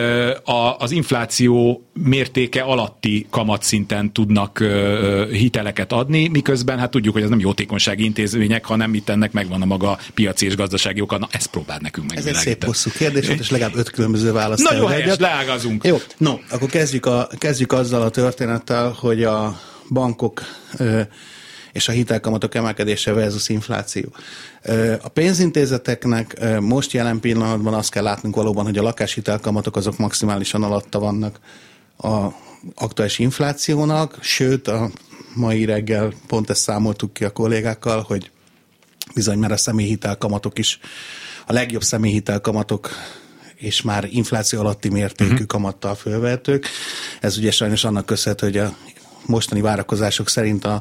az infláció mértéke alatti kamatszinten tudnak hiteleket adni, miközben hát tudjuk, hogy ez nem jótékonysági intézmények, hanem itt ennek megvan a maga piaci és gazdasági oka. Na, ezt próbáld nekünk megvilágítani. Ez egy szép hosszú kérdés, és legalább 5 különböző választ. Nagyon helyes, leágazunk. Jó, no, akkor kezdjük azzal a történettel, hogy a bankok és a hitelkamatok emelkedése versus infláció. A pénzintézeteknek most jelen pillanatban azt kell látnunk valóban, hogy a lakáshitelkamatok azok maximálisan alatta vannak a aktuális inflációnak, sőt a mai reggel pont ezt számoltuk ki a kollégákkal, hogy bizony már a személyhitelkamatok is, a legjobb személyhitelkamatok és már infláció alatti mértékű kamattal fölvehetők. Ez ugye sajnos annak köszönhető, hogy a mostani várakozások szerint a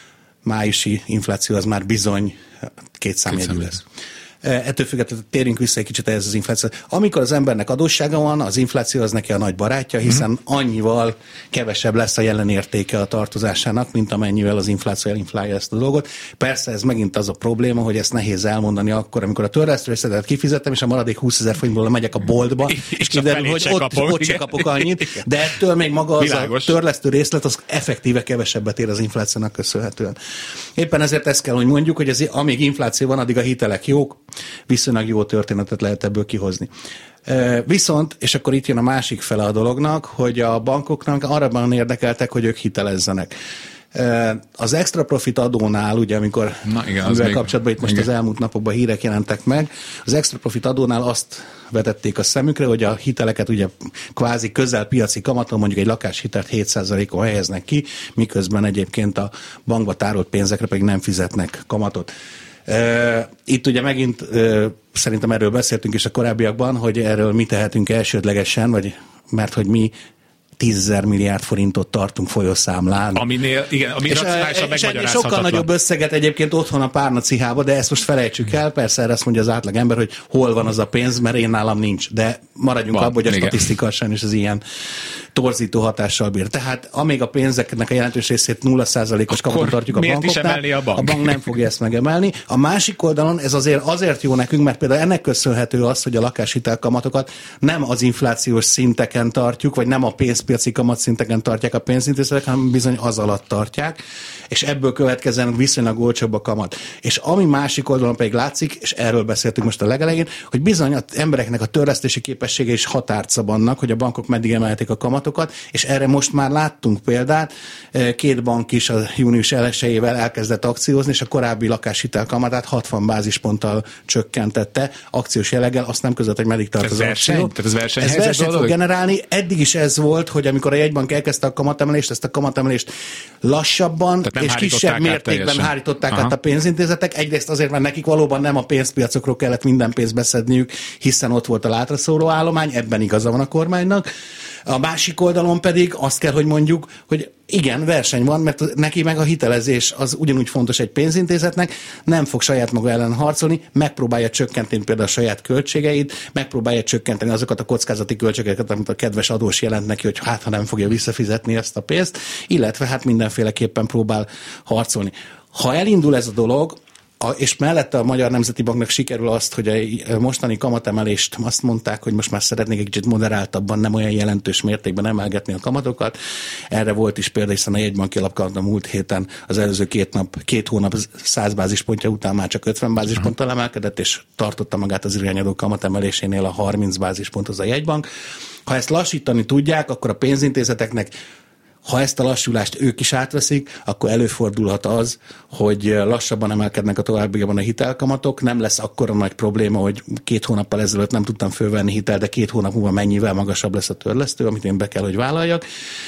májusi infláció az már bizony kétszámjegyű lesz. Ettől függetlenül térjünk vissza egy kicsit ehhez az infláció. Amikor az embernek adóssága van, az infláció az neki a nagy barátja, hiszen annyival kevesebb lesz a jelen értéke a tartozásának, mint amennyivel az infláció elinflálja ezt a dolgot. Persze ez megint az a probléma, hogy ezt nehéz elmondani akkor, amikor a törlesztőösszetet kifizettem, és a maradék 20 000 forintból megyek a boltba, és kiderül, hogy ott se kapok annyit, de ettől még maga az a törlesztő részlet, az effektíve kevesebbet ér az inflációnak köszönhetően. Éppen ezért ezt kell, hogy mondjuk, hogy amíg infláció van, addig a hitelek jók, viszonylag jó történetet lehet ebből kihozni. Viszont, és akkor itt jön a másik fele a dolognak, hogy a bankoknak arra érdekeltek, hogy ők hitelezzenek. Az extra profit adónál, ugye amikor amivel kapcsolatban itt most az elmúlt napokban hírek jelentek meg, az extra profit adónál azt vetették a szemükre, hogy a hiteleket ugye kvázi közel piaci kamaton, mondjuk egy lakáshitelt 7%-on helyeznek ki, miközben egyébként a bankba tárolt pénzekre pedig nem fizetnek kamatot. Itt ugye megint szerintem erről beszéltünk is a korábbiakban, hogy erről mi tehetünk elsődlegesen, mert hogy mi 10 000 milliárd forintot tartunk folyószámlán. Ami racionálisan megmagyarázhatatlan. Sokkal nagyobb összeget egyébként otthon a párnacihában, de ezt most felejtsük el, persze erre azt mondja az átlag ember, hogy hol van az a pénz, mert én nálam nincs, de maradjunk abban, hogy a statisztika sajnos az ilyen torzító hatással bír. Tehát amíg a pénzeknek a jelentős részét 0%-os kamaton tartjuk a bankoknál, a bank nem fogja ezt megemelni. A másik oldalon ez azért jó nekünk, mert például ennek köszönhető az, hogy a lakáshitelkamatokat nem az inflációs szinteken tartjuk, vagy nem a pénzpiaci piaci kamatszinteken tartják a pénzintézetek, hanem bizony az alatt tartják, és ebből következően viszonylag olcsóbb a kamat. És ami másik oldalon pedig látszik, és erről beszéltünk most a legelején, hogy bizony az embereknek a törlesztési képessége is határt szab annak, hogy a bankok meddig emelték a kamatokat, és erre most már láttunk példát. 2 bank is a június 1-ével elkezdett akciózni, és a korábbi lakáshitel kamatát 60 bázisponttal csökkentette akciós jelleggel, azt nem között, hogy meddig tart az akció. Ez versenyt fog generálni. Eddig is ez volt, hogy amikor a jegybank elkezdte a kamatemelést, ezt a kamatemelést lassabban és kisebb mértékben hárították át a pénzintézetek. Egyrészt azért, mert nekik valóban nem a pénzpiacokról kellett minden pénzt beszedniük, hiszen ott volt a látraszóró állomány, ebben igaza van a kormánynak. A másik oldalon pedig azt kell, hogy mondjuk, hogy igen, verseny van, mert neki meg a hitelezés az ugyanúgy fontos egy pénzintézetnek, nem fog saját maga ellen harcolni, megpróbálja csökkenteni például a saját költségeit, megpróbálja csökkenteni azokat a kockázati költségeket, amit a kedves adós jelent neki, hogy hát ha nem fogja visszafizetni ezt a pénzt, illetve hát mindenféleképpen próbál harcolni. Ha elindul ez a dolog, és mellette a Magyar Nemzeti Banknak sikerül azt, hogy a mostani kamatemelést azt mondták, hogy most már szeretnék egy kicsit moderáltabban, nem olyan jelentős mértékben emelgetni a kamatokat. Erre volt is példa, hiszen a jegybanki alapkamat a múlt héten az előző 2 hónap 100 bázispontja után már csak 50 bázisponttal emelkedett, és tartotta magát az irányadó kamatemelésénél a 30 bázisponthoz a jegybank. Ha ezt lassítani tudják, akkor a pénzintézeteknek, ha ezt a lassulást ők is átveszik, akkor előfordulhat az, hogy lassabban emelkednek a továbbiakban a hitelkamatok, nem lesz akkora nagy probléma, hogy 2 hónappal ezelőtt nem tudtam fölvenni hitelt, de 2 hónap múlva mennyivel magasabb lesz a törlesztő, amit én be kell, hogy vállaljak.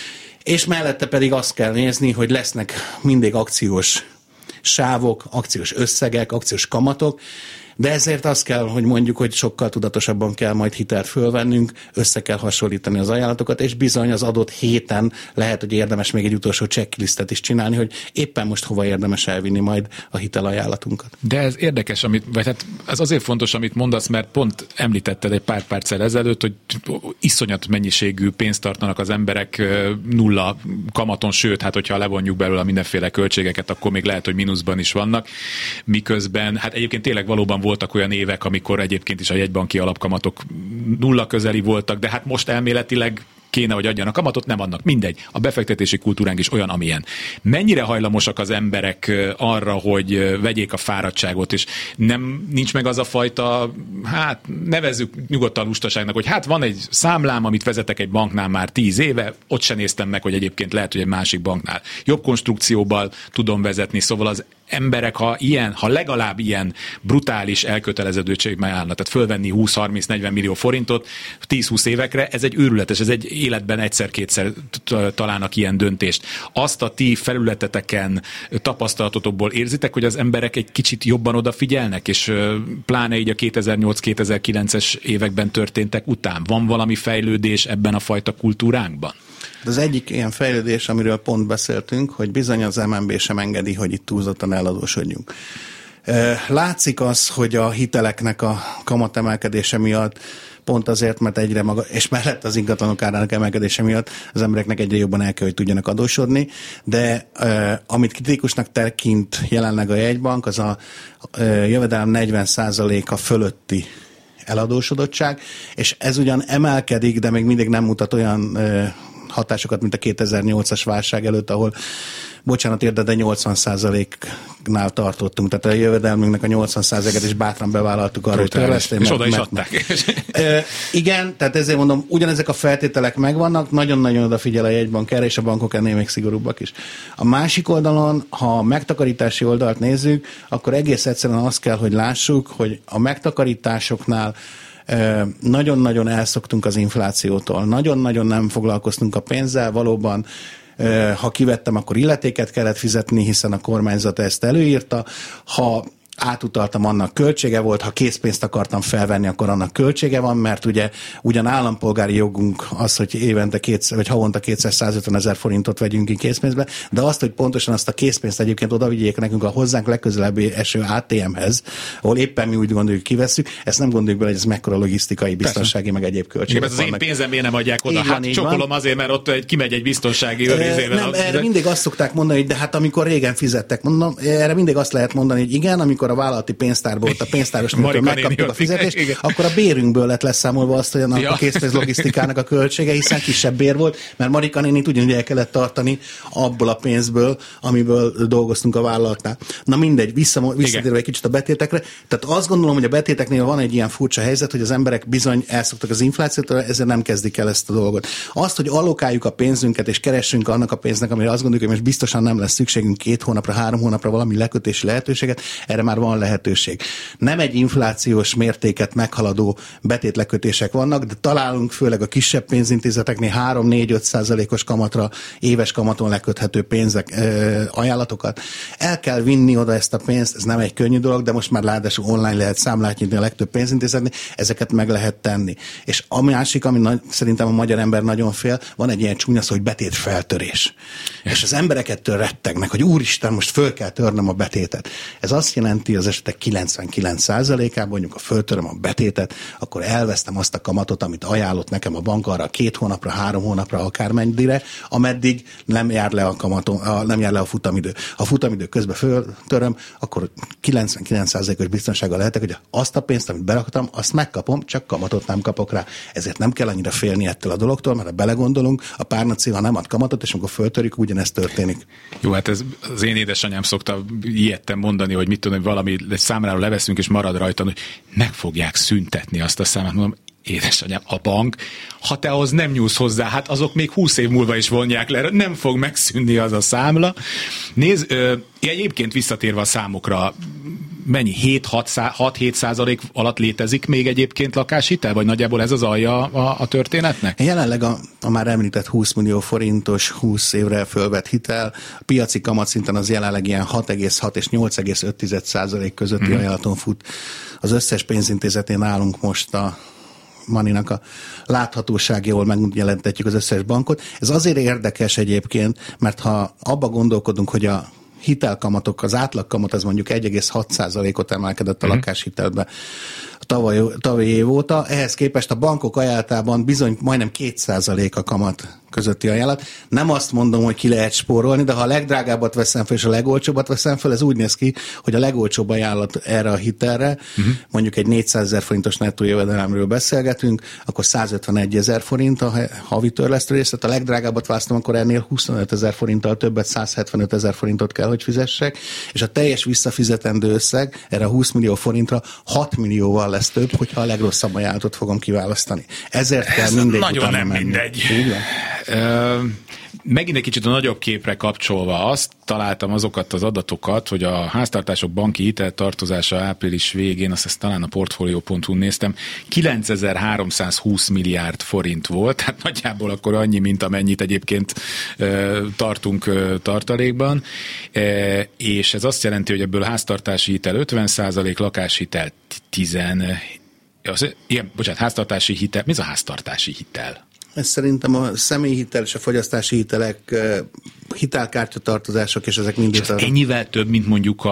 És mellette pedig azt kell nézni, hogy lesznek mindig akciós sávok, akciós összegek, akciós kamatok, de ezért azt kell, hogy mondjuk, hogy sokkal tudatosabban kell majd hitelt fölvennünk, össze kell hasonlítani az ajánlatokat, és bizony az adott héten lehet, hogy érdemes még egy utolsó checklistet is csinálni, hogy éppen most hova érdemes elvinni majd a hitelajánlatunkat. De ez érdekes, vagy hát ez azért fontos, amit mondasz, mert pont említetted egy pár perccel ezelőtt, hogy iszonyat mennyiségű pénzt tartanak az emberek nulla kamaton, sőt, hát hogyha levonjuk belőle mindenféle költségeket, akkor még lehet, hogy mínuszban is vannak, miközben hát egyébként tényleg valóban voltak olyan évek, amikor egyébként is a jegybanki alapkamatok nulla közeli voltak, de hát most elméletileg kéne, hogy adjanak kamatot, nem adnak. Mindegy. A befektetési kultúránk is olyan, amilyen. Mennyire hajlamosak az emberek arra, hogy vegyék a fáradtságot, és nincs meg az a fajta, hát nevezzük nyugodtan lustaságnak, hogy hát van egy számlám, amit vezetek egy banknál már 10 éve, ott se néztem meg, hogy egyébként lehet, hogy egy másik banknál jobb konstrukcióval tudom vezetni, szóval az emberek, ha legalább ilyen brutális elköteleződőségben állnak, tehát fölvenni 20-30-40 millió forintot 10-20 évekre, ez egy őrületes, ez egy életben egyszer-kétszer találnak ilyen döntést. Azt a ti felületeteken, tapasztalatotokból érzitek, hogy az emberek egy kicsit jobban odafigyelnek, és pláne így a 2008-2009-es években történtek után? Van valami fejlődés ebben a fajta kultúránkban? De az egyik ilyen fejlődés, amiről pont beszéltünk, hogy bizony az MNB sem engedi, hogy itt túlzottan eladósodjunk. Látszik az, hogy a hiteleknek a kamatemelkedése miatt pont azért, mert egyre maga, és mellett az ingatlanok árának emelkedése miatt az embereknek egyre jobban el kell, hogy tudjanak adósodni, de amit kritikusnak tekint jelenleg a jegybank, az a jövedelem 40%-a fölötti eladósodottság, és ez ugyan emelkedik, de még mindig nem mutat olyan hatásokat, mint a 2008-as válság előtt, ahol bocsánat érde, de 80%-nál tartottunk. Tehát a jövedelmünknek a 80%-et is bátran bevállaltuk arra, hogy törlesztén. És oda is adták. Igen, tehát ezért mondom, ugyanezek a feltételek megvannak, nagyon-nagyon odafigyel a jegybank erre, és a bankok ennél még szigorúbbak is. A másik oldalon, ha a megtakarítási oldalt nézzük, akkor egész egyszerűen azt kell, hogy lássuk, hogy a megtakarításoknál nagyon-nagyon elszoktunk az inflációtól. Nagyon-nagyon nem foglalkoztunk a pénzzel, valóban ha kivettem, akkor illetéket kellett fizetni, hiszen a kormányzat ezt előírta. Ha átutaltam, annak költsége volt, ha készpénzt akartam felvenni, akkor annak költsége van, mert ugye ugyan állampolgári jogunk az, hogy évente vagy havonta 250 000 forintot vegyünk ki készpénzbe, de azt, hogy pontosan azt a készpénzt egyébként oda vigyék nekünk a hozzánk legközelebbi eső ATM-hez, ahol éppen mi úgy gondoljuk, kivesszük, ezt nem gondoljuk bele, hogy ez mekkora logisztikai, biztonsági, meg egyéb költségek. Ez az én pénzem miért nem adják oda? Hát csokolom azért, mert ott kimegy egy biztonsági őrizével. Nem, erre mindig azt szokták mondani, hogy de hát amikor régen fizettek, mondom, erre mindig azt lehet mondani, hogy igen, amikor amikor a vállalati pénztárból ott a pénztárosnőtől megkaptuk a fizetést, akkor a bérünkből lett leszámolva azt, hogy a készpénz logisztikának a költsége, hiszen kisebb bér volt, mert Marika nénit ugyanúgy el kellett tartani abból a pénzből, amiből dolgoztunk a vállalatnál. Na mindegy, visszatérve egy kicsit a betétekre. Tehát azt gondolom, hogy a betéteknél van egy ilyen furcsa helyzet, hogy az emberek bizony elszoktak az inflációtól, ezért nem kezdik el ezt a dolgot. Azt, hogy allokáljuk a pénzünket és keressünk annak a pénznek, amire azt gondoljuk, hogy most biztosan nem lesz szükségünk 2 hónapra, 3 hónapra valami lekötési lehetőséget, erre már van lehetőség. Nem egy inflációs mértéket meghaladó betétlekötések vannak, de találunk főleg a kisebb pénzintézeteknél 3-4-5% kamatra, éves kamaton leköthető pénzek, ajánlatokat. El kell vinni oda ezt a pénzt, ez nem egy könnyű dolog, de most már ráadásul online lehet számlát nyitni a legtöbb pénzintézetnél, ezeket meg lehet tenni. És a másik, ami szerintem a magyar ember nagyon fél, van egy ilyen csúnya szó, hogy betétfeltörés. És az emberek ettől rettegnek, hogy úristen, most föl kell törnöm a betétet. Ez azt jelenti az esetek 99%-ában, mondjuk ha föltöröm a betétet, akkor elvesztem azt a kamatot, amit ajánlott nekem a bank arra 2 hónapra, 3 hónapra, akármennyire, ameddig nem jár le a kamaton, nem jár le a futamidő. Ha a futamidő közben föltöröm, akkor 99%-os biztonsággal lehetek, hogy azt a pénzt, amit beraktam, azt megkapom, csak kamatot nem kapok rá. Ezért nem kell annyira félni ettől a dologtól, mert ha belegondolunk, a párnacél, ha nem ad kamatot, és amikor föltörjük, ugyanezt történik. Jó, hát ez az én édesanyám szokta ilyetten mondani, hogy mit tudom, hogy valami számláról leveszünk, és marad rajta, hogy meg fogják szüntetni azt a számát. Mondom, édesanyám, a bank, ha te ahhoz nem nyúlsz hozzá, hát azok még 20 év múlva is vonják le, nem fog megszűnni az a számla. Nézd, egyébként visszatérve a számokra, mennyi? 6-7% alatt létezik még egyébként lakáshitel? Vagy nagyjából ez az alja a történetnek? Jelenleg a már említett 20 millió forintos 20 évre fölvett hitel, a piaci kamatszinten az jelenleg ilyen 6,6 és 8,5% közötti ajánlaton fut. Az összes pénzintézetén állunk most a Maninak a láthatóság, jól megjelentetjük az összes bankot. Ez azért érdekes egyébként, mert ha abba gondolkodunk, hogy a hitelkamatok, az átlagkamat az mondjuk 1,6%-ot emelkedett a lakáshitelbe tavalyi év óta, ehhez képest a bankok ajánlatában bizony majdnem 2% a kamat közötti ajánlat. Nem azt mondom, hogy ki lehet spórolni, de ha a legdrágábbat veszem fel, és a legolcsóbbat veszem fel, ez úgy néz ki, hogy a legolcsóbb ajánlat erre a hitelre, mondjuk egy 400 000 forintos nettó jövedelemről beszélgetünk, akkor 151 000 forint a havi törlesztő részlet, a legdrágábbat választom, akkor ennél 25 000 forinttal többet, 175 000 forintot kell, hogy fizessek, és a teljes visszafizetendő összeg erre a 20 millió forintra 6 millióval lesz több, hogyha a legrosszabb ajánlatot fogom kiválasztani. Ezért kell mindegy nagyon nem menni. Mindegy. Megint egy kicsit a nagyobb képre kapcsolva azt találtam azokat az adatokat, hogy a háztartások banki hiteltartozása április végén, azt talán a portfolio.hu néztem, 9320 milliárd forint volt, tehát nagyjából akkor annyi, mint amennyit egyébként tartunk tartalékban, és ez azt jelenti, hogy ebből háztartási hitel 50%, lakáshitel 10%, háztartási hitel, mi ez a háztartási hitel? Ez szerintem a személyi hitel és a fogyasztási hitelek, hitelkártyatartozások, és ezek mind. És ennyivel több, mint mondjuk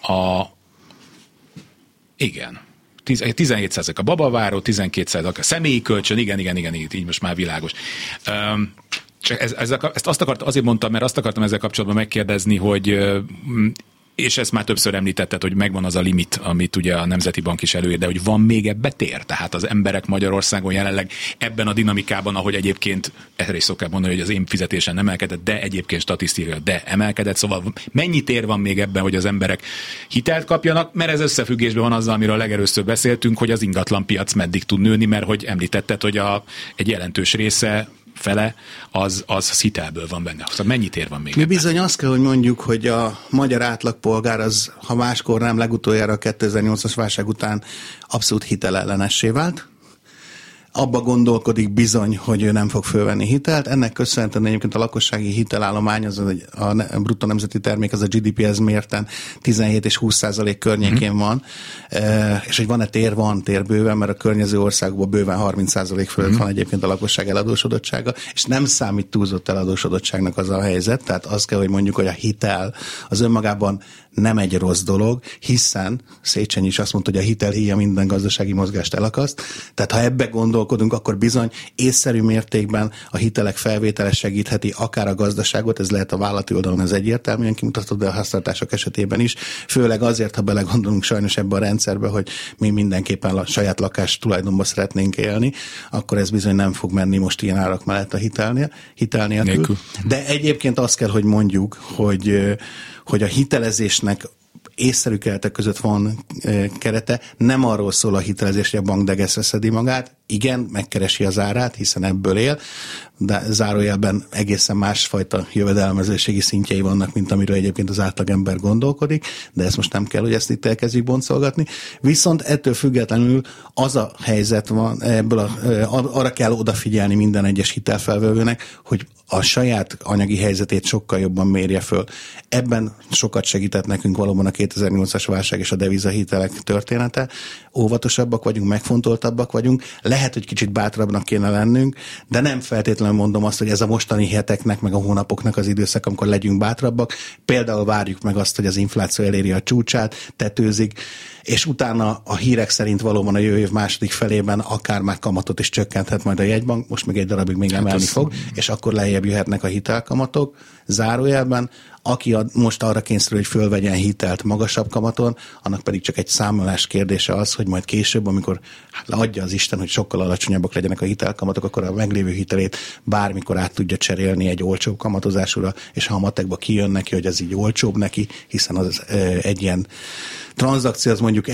igen. 17% a babaváró, 12% a személyi kölcsön, igen, így most már világos. Csak ezt azért mondtam, mert azt akartam ezzel kapcsolatban megkérdezni, hogy és ezt már többször említetted, hogy megvan az a limit, amit ugye a Nemzeti Bank is előír, de hogy van még ebbe tér? Tehát az emberek Magyarországon jelenleg ebben a dinamikában, ahogy egyébként erre is szokták mondani, hogy az én fizetésen nem emelkedett, de egyébként statisztika, de emelkedett, szóval mennyi tér van még ebben, hogy az emberek hitelt kapjanak, mert ez összefüggésben van azzal, amiről legelőször beszéltünk, hogy az ingatlanpiac meddig tud nőni, mert hogy említetted, hogy egy jelentős része fele, az hitelből van benne. Szóval mennyi tér van még? Mi bizony azt kell, hogy mondjuk, hogy a magyar átlagpolgár az, ha máskor nem, legutoljára a 2008-as válság után abszolút hitelellenessé vált. Abba gondolkodik bizony, hogy ő nem fog fölvenni hitelt. Ennek köszönhetően egyébként a lakossági hitelállomány, a bruttó nemzeti termék, az a GDP-hez mérten 17 és 20% környékén van. És hogy van-e tér? Van tér bőven, mert a környező országokban bőven 30% fölött van egyébként a lakosság eladósodottsága, és nem számít túlzott eladósodottságnak az a helyzet. Tehát azt kell, hogy mondjuk, hogy a hitel az önmagában nem egy rossz dolog, hiszen Széchenyi is azt mondta, hogy a hitelhíja minden gazdasági mozgást elakaszt. Tehát ha ebbe gondolkodunk, akkor bizony észszerű mértékben a hitelek felvétele segítheti akár a gazdaságot, ez lehet a vállalati oldalon, ez egyértelműen kimutatott, de a háztartások esetében is, főleg azért, ha belegondolunk sajnos ebbe a rendszerbe, hogy mi mindenképpen a saját lakás tulajdonban szeretnénk élni, akkor ez bizony nem fog menni most ilyen árak mellett a hitel nélkül. De egyébként azt kell, hogy mondjuk, hogy a hitelezésnek észszerű keretek között van kerete, nem arról szól a hitelezés, hogy a bank degeszre szedi magát, igen, megkeresi az árát, hiszen ebből él, de zárójelben egészen másfajta jövedelmezőségi szintjei vannak, mint amiről egyébként az átlagember gondolkodik, de ezt most nem kell, hogy ezt itt elkezdjük boncolgatni. Viszont ettől függetlenül az a helyzet van, arra kell odafigyelni minden egyes hitelfelvevőnek, hogy a saját anyagi helyzetét sokkal jobban mérje föl. Ebben sokat segített nekünk valóban a 2008-as válság és a devizahitelek története. Óvatosabbak vagyunk, megfontoltabbak vagyunk. Lehet, hogy kicsit bátrabbnak kéne lennünk, de nem feltétlenül mondom azt, hogy ez a mostani heteknek, meg a hónapoknak az időszak, amikor legyünk bátrabbak. Például várjuk meg azt, hogy az infláció eléri a csúcsát, tetőzik, és utána a hírek szerint valóban a jövő év második felében akár már kamatot is csökkenthet majd a jegybank, most még egy darabig még emelni fog, és akkor lejjebb jöhetnek a hitelkamatok. Zárójelben, aki most arra kényszerül, hogy fölvegyen hitelt magasabb kamaton, annak pedig csak egy számolás kérdése az, hogy majd később, amikor adja az Isten, hogy sokkal alacsonyabbak legyenek a hitelkamatok, akkor a meglévő hitelét bármikor át tudja cserélni egy olcsóbb kamatozásúra, és ha a matekba kijön neki, hogy ez így olcsóbb neki, hiszen az egy ilyen tranzakció az mondjuk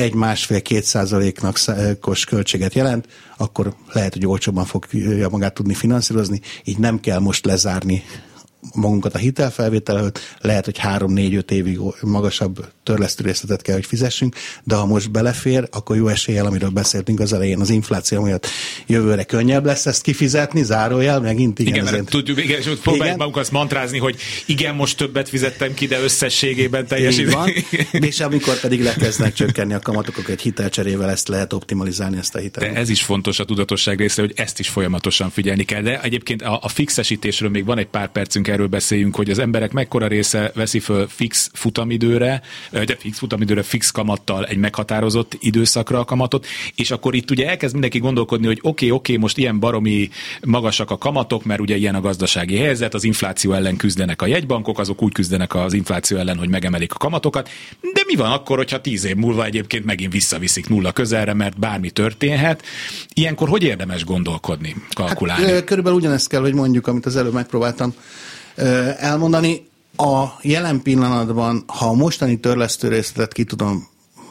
1,5-2%-os költséget jelent, akkor lehet, hogy olcsóbban fogja magát tudni finanszírozni, így nem kell most lezárni magunkat a hitelfelvétel előtt, lehet, hogy 3-4-5 évig magasabb törlesztő részletet kell, hogy fizessünk, de ha most belefér, akkor jó eséllyel, amiről beszéltünk az elején, az infláció miatt jövőre könnyebb lesz ezt kifizetni, zárójel, megint igen. Igen, mert tudjuk, igen, és próbáljuk magunkat azt mantrázni, hogy igen, most többet fizettem ki, de összességében teljesít. Van, és amikor pedig lekezdnek csökkenni a kamatok, akkor egy hitelcserével ezt lehet optimalizálni, ezt a hitelt. De ez is fontos a tudatosság része, hogy ezt is folyamatosan figyelni kell. De egyébként a fixesítésről még van egy pár percünk, erről beszéljünk, hogy az emberek mekkora része veszi föl fix futamidőre, fix kamattal egy meghatározott időszakra a kamatot, és akkor itt ugye elkezd mindenki gondolkodni, hogy oké, most ilyen baromi magasak a kamatok, mert ugye ilyen a gazdasági helyzet, az infláció ellen küzdenek a jegybankok, azok úgy küzdenek az infláció ellen, hogy megemelik a kamatokat, de mi van akkor, hogyha 10 év múlva egyébként megint visszaviszik nulla közelre, mert bármi történhet. Ilyenkor hogy érdemes gondolkodni, kalkulálni? Hát, körülbelül ugyanezt kell, hogy mondjuk, amit az előbb megpróbáltam elmondani. A jelen pillanatban, ha a mostani törlesztő részletet ki tudom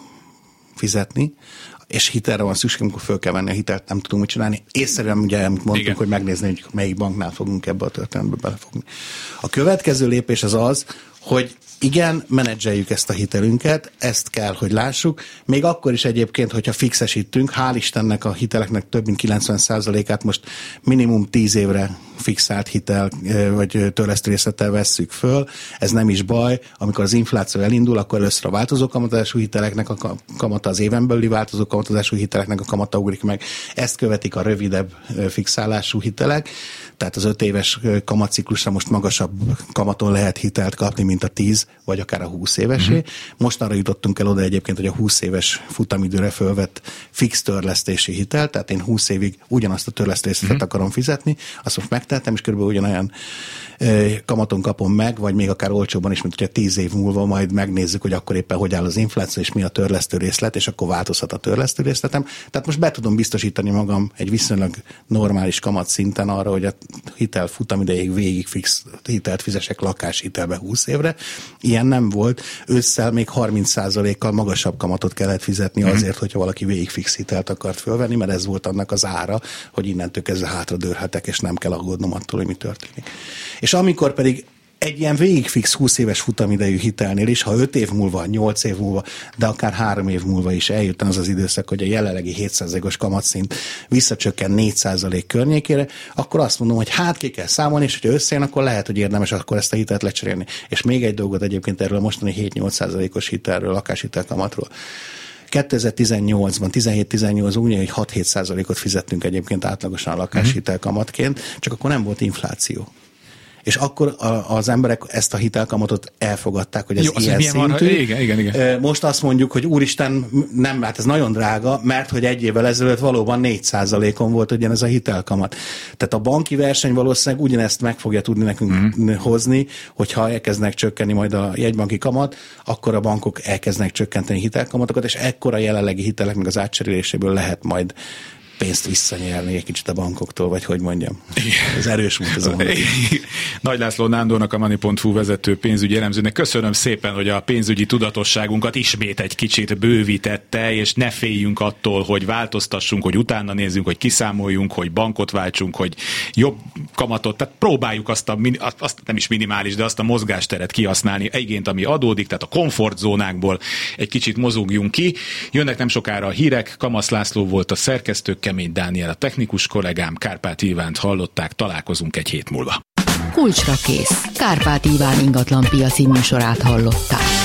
fizetni, és hitelre van szükség, amikor föl kell venni a hitelt, nem tudunk mit csinálni. Észszerűen ugye mondtuk, igen, hogy megnézni, hogy melyik banknál fogunk ebbe a történetbe belefogni. A következő lépés az, hogy igen, menedzseljük ezt a hitelünket, ezt kell, hogy lássuk. Még akkor is egyébként, hogyha fixesítünk, hál' Istennek a hiteleknek több mint 90%-át most minimum 10 évre fixált hitel vagy törlesztő részlettel vesszük föl. Ez nem is baj. Amikor az infláció elindul, akkor először a változó kamatozású hiteleknek a kamata, az éven belüli változó kamatozású hiteleknek a kamata ugrik meg. Ezt követik a rövidebb fixálású hitelek. Tehát az 5 éves kamatciklusra most magasabb kamaton lehet hitelt kapni, mint a 10 vagy akár a 20 évesé. Most arra jutottunk el oda egyébként, hogy a 20 éves futamidőre fölvett fix törlesztési hitel, tehát én 20 évig ugyanazt a törlesztését akarom fizetni, azt most megtettem, és körülbelül ugyanolyan kamaton kapom meg, vagy még akár olcsóban is, mint hogyha 10 év múlva majd megnézzük, hogy akkor éppen hogy áll az infláció, és mi a törlesztő részlet, és akkor változhat a törlesztő részletem. Tehát most be tudom biztosítani magam egy viszonylag normális kamatszinten arra, hogy a hitel futamidejéig végig fix hitelt fizesek lakáshitelbe 20 évre. Ilyen nem volt. Ősszel még 30%-kal magasabb kamatot kellett fizetni azért, hogyha valaki végig fix hitelt akart fölvenni, mert ez volt annak az ára, hogy innentől kezdve hátradőrhetek, és nem kell aggódnom attól, hogy mi történik. És amikor pedig egy ilyen végigfix 20 éves futamidejű hitelnél is, ha 5 év múlva, 8 év múlva, de akár 3 év múlva is eljött az az időszak, hogy a jelenlegi 7%-os kamatszint visszacsökken 4% környékére, akkor azt mondom, hogy hát ki kell számolni, és hogyha összejön, akkor lehet, hogy érdemes akkor ezt a hitelt lecserélni. És még egy dolgot egyébként erről a mostani 7-8%-os hitelről, lakáshitel kamatról. 2018-ban, 17-18 úgy, hogy 6-7%-ot fizettünk egyébként átlagosan a lakáshitel kamatként, csak akkor nem volt infláció. és akkor az emberek ezt a hitelkamatot elfogadták, hogy ez ilyen szintű. Igen. Most azt mondjuk, hogy úristen, nem, hát ez nagyon drága, mert hogy egy évvel ezelőtt valóban 4%-on volt ugyanez a hitelkamat. Tehát a banki verseny valószínűleg ugyanezt meg fogja tudni nekünk hozni, hogyha elkezdenek csökkenni majd a jegybanki kamat, akkor a bankok elkezdenek csökkenteni hitelkamatokat, és ekkor a jelenlegi hitelek meg az átcseréléséből lehet majd pénzt visszanyerni egy kicsit a bankoktól, vagy hogy mondjam. Ez erős volt ez a mondat. Nagy László Nándornak, a Money.hu vezető pénzügyi elemzőnek köszönöm szépen, hogy a pénzügyi tudatosságunkat ismét egy kicsit bővítette, és ne féljünk attól, hogy változtassunk, hogy utána nézzünk, hogy kiszámoljunk, hogy bankot váltsunk, hogy jobb kamatot, tehát próbáljuk azt nem is minimális, de azt a mozgásteret kihasználni, igényt, ami adódik, tehát a komfortzónákból egy kicsit mozogjunk ki. Jönnek nem sokára a hírek, Kamasz László volt a szerkesztő, Kemény Dániel a technikus kollégám, Kárpát Ivánt hallották, találkozunk egy hét múlva. Kulcsra kész. Kárpát Iván ingatlanpiaci műsorát hallották.